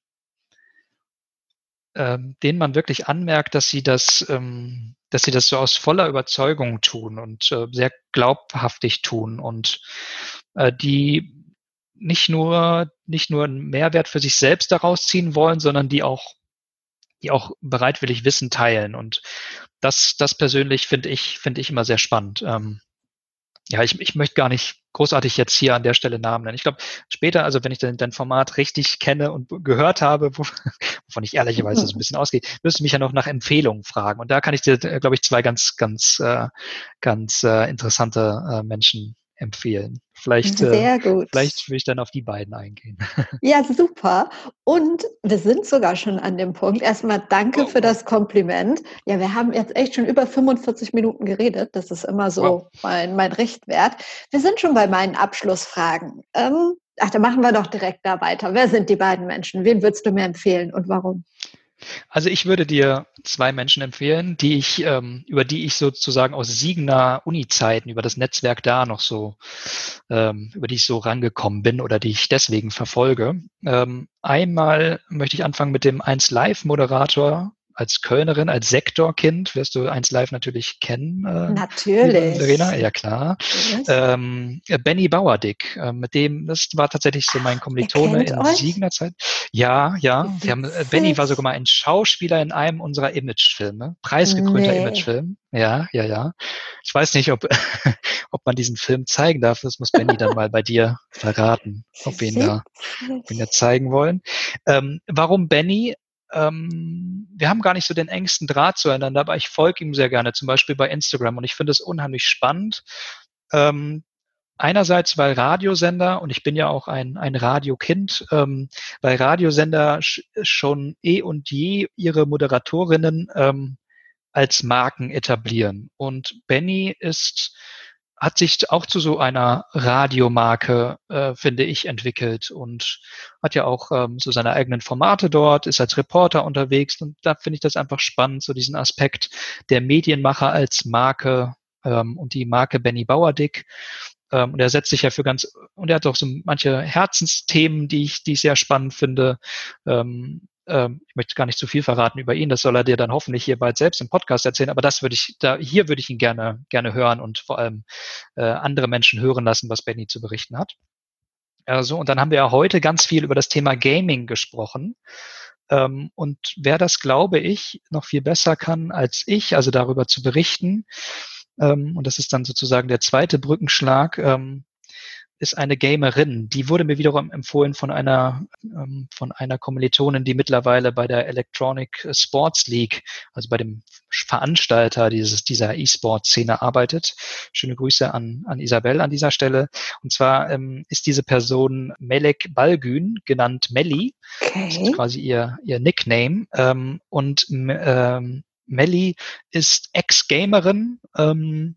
ähm, denen man wirklich anmerkt, dass sie das, ähm, dass sie das so aus voller Überzeugung tun und äh, sehr glaubhaftig tun und äh, die nicht nur nicht nur einen Mehrwert für sich selbst daraus ziehen wollen, sondern die auch die auch bereitwillig Wissen teilen. Und das das persönlich finde ich finde ich immer sehr spannend. Ähm, ja, ich ich möchte gar nicht großartig jetzt hier an der Stelle Namen nennen. Ich glaube, später, also wenn ich dein dein Format richtig kenne und gehört habe, wo wovon ich ehrlicherweise so ein bisschen ausgehe, wirst du mich ja noch nach Empfehlungen fragen. Und da kann ich dir, äh, glaube ich, zwei ganz ganz äh, ganz äh, interessante äh, Menschen empfehlen. Vielleicht äh, Sehr gut. vielleicht will ich dann auf die beiden eingehen. Ja, super. Und wir sind sogar schon an dem Punkt. Erstmal danke Wow, für wow. das Kompliment. Ja, wir haben jetzt echt schon über fünfundvierzig Minuten geredet. Das ist immer so Wow. mein, mein Richtwert. Wir sind schon bei meinen Abschlussfragen. Ähm, ach, dann machen wir doch direkt da weiter. Wer sind die beiden Menschen? Wen würdest du mir empfehlen und warum? Also ich würde dir zwei Menschen empfehlen, die ich, ähm, über die ich sozusagen aus Siegener Uni-Zeiten, über das Netzwerk da noch so, ähm, über die ich so rangekommen bin oder die ich deswegen verfolge. Ähm, einmal möchte ich anfangen mit dem eins Live Moderator als Kölnerin, als Sektorkind, wirst du eins Live natürlich kennen, äh, liebe Verena, Natürlich. ja klar. Natürlich. Ähm, Benny Bauerdick, äh, mit dem, das war tatsächlich so mein Kommilitone kennt in euch? Siegener Zeit. Ja, ja, wir haben, äh, Benny war Witzig. sogar mal ein Schauspieler in einem unserer Imagefilme, preisgekrönter Nee. Imagefilm. Ja, ja, ja. Ich weiß nicht, ob, ob man diesen Film zeigen darf. Das muss Benny dann mal bei dir verraten, ob wir ihn da, ob wir ihn da zeigen wollen. Ähm, warum Benny? Ähm, wir haben gar nicht so den engsten Draht zueinander, aber ich folge ihm sehr gerne, zum Beispiel bei Instagram, und ich finde es unheimlich spannend. Ähm, einerseits, weil Radiosender, und ich bin ja auch ein, ein Radiokind, ähm, weil Radiosender sch schon eh und je ihre Moderatorinnen ähm, als Marken etablieren. Und Benny ist hat sich auch zu so einer Radiomarke, äh, finde ich, entwickelt und hat ja auch ähm, so seine eigenen Formate dort, ist als Reporter unterwegs, und da finde ich das einfach spannend, so diesen Aspekt der Medienmacher als Marke ähm, und die Marke Benny Bauerdick. Ähm, und er setzt sich ja für ganz, und er hat auch so manche Herzensthemen, die ich, die ich sehr spannend finde. Ähm, ähm, ich möchte gar nicht zu viel verraten über ihn, das soll er dir dann hoffentlich hier bald selbst im Podcast erzählen, aber das würde ich, da, hier würde ich ihn gerne, gerne hören und vor allem äh, andere Menschen hören lassen, was Benny zu berichten hat. Also, und dann haben wir ja heute ganz viel über das Thema Gaming gesprochen. Ähm, und wer das, glaube ich, noch viel besser kann als ich, also darüber zu berichten, ähm, und das ist dann sozusagen der zweite Brückenschlag, ähm, ist eine Gamerin. Die wurde mir wiederum empfohlen von einer ähm, von einer Kommilitonin, die mittlerweile bei der Electronic Sports League, also bei dem Veranstalter dieses dieser E-Sport-Szene arbeitet. Schöne Grüße an an Isabel an dieser Stelle. Und zwar ähm, ist diese Person Melek Balgün, genannt Melli. Okay. Das ist quasi ihr ihr Nickname. Ähm, und ähm, Melli ist Ex-Gamerin, ähm,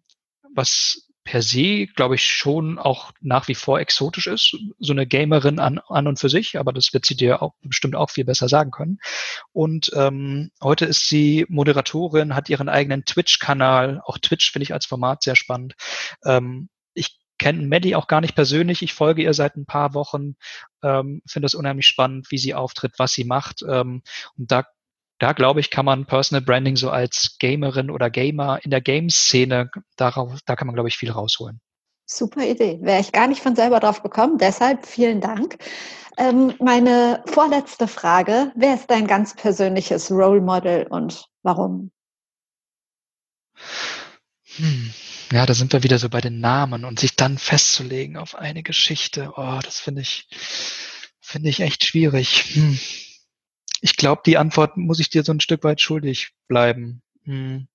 was per se, glaube ich, schon auch nach wie vor exotisch ist, so eine Gamerin an, an und für sich, aber das wird sie dir auch bestimmt auch viel besser sagen können. Und ähm, heute ist sie Moderatorin, hat ihren eigenen Twitch-Kanal, auch Twitch finde ich als Format sehr spannend. Ähm, ich kenne Maddie auch gar nicht persönlich, ich folge ihr seit ein paar Wochen, ähm, finde es unheimlich spannend, wie sie auftritt, was sie macht, ähm, und da Da glaube ich, kann man Personal Branding so als Gamerin oder Gamer in der Games-Szene, darauf, da kann man, glaube ich, viel rausholen. Super Idee. Wäre ich gar nicht von selber drauf gekommen. Deshalb vielen Dank. Ähm, meine vorletzte Frage. Wer ist dein ganz persönliches Role Model und warum? Hm. Ja, da sind wir wieder so bei den Namen und sich dann festzulegen auf eine Geschichte. Oh, das finde ich, finde ich echt schwierig. Hm. Ich glaube, die Antwort muss ich dir so ein Stück weit schuldig bleiben. Hm.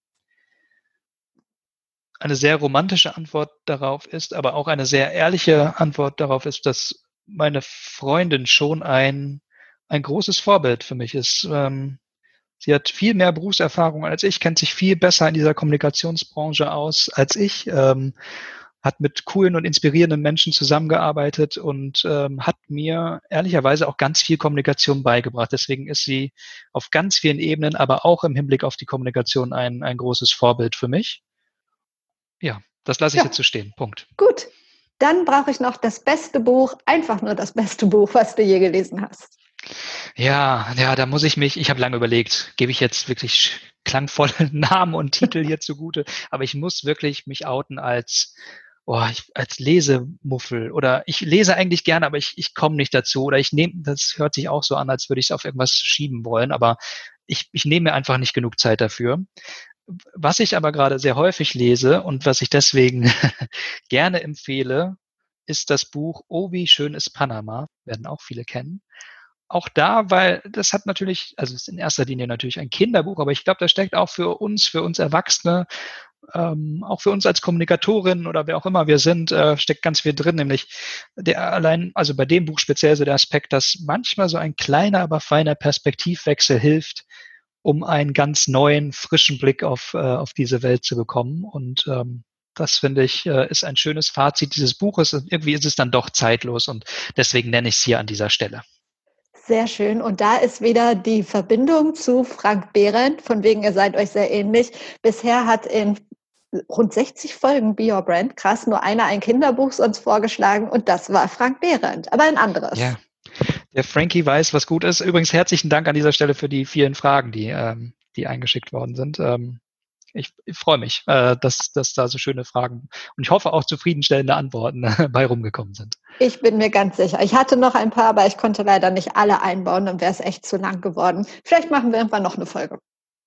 Eine sehr romantische Antwort darauf ist, aber auch eine sehr ehrliche Antwort darauf ist, dass meine Freundin schon ein ein großes Vorbild für mich ist. Ähm, sie hat viel mehr Berufserfahrung als ich, kennt sich viel besser in dieser Kommunikationsbranche aus als ich, ähm, hat mit coolen und inspirierenden Menschen zusammengearbeitet und ähm, hat mir ehrlicherweise auch ganz viel Kommunikation beigebracht. Deswegen ist sie auf ganz vielen Ebenen, aber auch im Hinblick auf die Kommunikation ein ein großes Vorbild für mich. Ja, das lasse ich Ja, jetzt so stehen. Punkt. gut. Dann brauche ich noch das beste Buch, einfach nur das beste Buch, was du je gelesen hast. Ja, ja, da muss ich mich ich habe lange überlegt, gebe ich jetzt wirklich klangvolle Namen und Titel hier zugute, aber ich muss wirklich mich outen als oh, ich als Lesemuffel oder ich lese eigentlich gerne, aber ich ich komme nicht dazu oder ich nehme das hört sich auch so an, als würde ich's auf irgendwas schieben wollen, aber ich ich nehme mir einfach nicht genug Zeit dafür. Was ich aber gerade sehr häufig lese und was ich deswegen gerne empfehle, ist das Buch „Oh, wie schön ist Panama“, werden auch viele kennen. Auch da, weil das hat natürlich also, ist in erster Linie natürlich ein Kinderbuch, aber ich glaube, da steckt auch für uns für uns Erwachsene, ähm, auch für uns als Kommunikatorinnen oder wer auch immer wir sind, äh, steckt ganz viel drin, nämlich der allein also, bei dem Buch speziell so der Aspekt, dass manchmal so ein kleiner, aber feiner Perspektivwechsel hilft, um einen ganz neuen, frischen Blick auf äh, auf diese Welt zu bekommen. Und, ähm, das finde ich, äh, ist ein schönes Fazit dieses Buches und irgendwie ist es dann doch zeitlos und deswegen nenne ich's hier an dieser Stelle. Sehr schön. Und da ist wieder die Verbindung zu Frank Behrendt, von wegen, ihr seid euch sehr ähnlich. Bisher hat in rund sechzig Folgen Be Your Brand, krass, nur einer ein Kinderbuch uns vorgeschlagen und das war Frank Behrendt, aber ein anderes. Ja, der Frankie weiß, was gut ist. Übrigens herzlichen Dank an dieser Stelle für die vielen Fragen, die ähm, die eingeschickt worden sind. Ähm, ich ich freue mich, äh, dass dass da so schöne Fragen und ich hoffe auch zufriedenstellende Antworten bei rumgekommen sind. Ich bin mir ganz sicher. Ich hatte noch ein paar, aber ich konnte leider nicht alle einbauen, dann wäre es echt zu lang geworden. Vielleicht machen wir irgendwann noch eine Folge.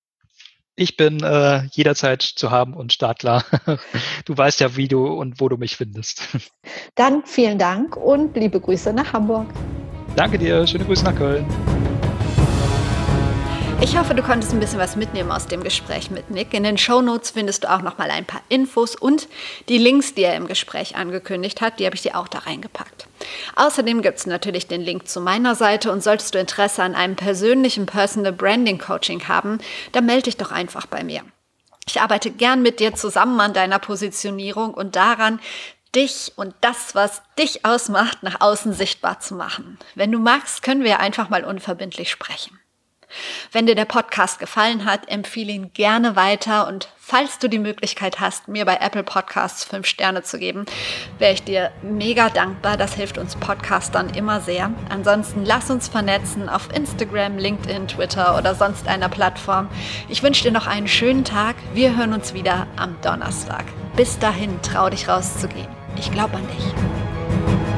Ich bin äh, jederzeit zu haben und startklar. Du weißt ja, wie du und wo du mich findest. Dann vielen Dank und liebe Grüße nach Hamburg. Danke dir, schöne Grüße nach Köln. Ich hoffe, du konntest ein bisschen was mitnehmen aus dem Gespräch mit Nick. In den Shownotes findest du auch noch mal ein paar Infos und die Links, die er im Gespräch angekündigt hat, die habe ich dir auch da reingepackt. Außerdem gibt es natürlich den Link zu meiner Seite und solltest du Interesse an einem persönlichen Personal Branding Coaching haben, dann melde dich doch einfach bei mir. Ich arbeite gern mit dir zusammen an deiner Positionierung und daran, dich und das, was dich ausmacht, nach außen sichtbar zu machen. Wenn du magst, können wir einfach mal unverbindlich sprechen. Wenn dir der Podcast gefallen hat, empfehle ihn gerne weiter und falls du die Möglichkeit hast, mir bei Apple Podcasts fünf Sterne zu geben, wäre ich dir mega dankbar. Das hilft uns Podcastern immer sehr. Ansonsten lass uns vernetzen auf Instagram, LinkedIn, Twitter oder sonst einer Plattform. Ich wünsche dir noch einen schönen Tag. Wir hören uns wieder am Donnerstag. Bis dahin, trau dich rauszugehen. Ich glaube an dich.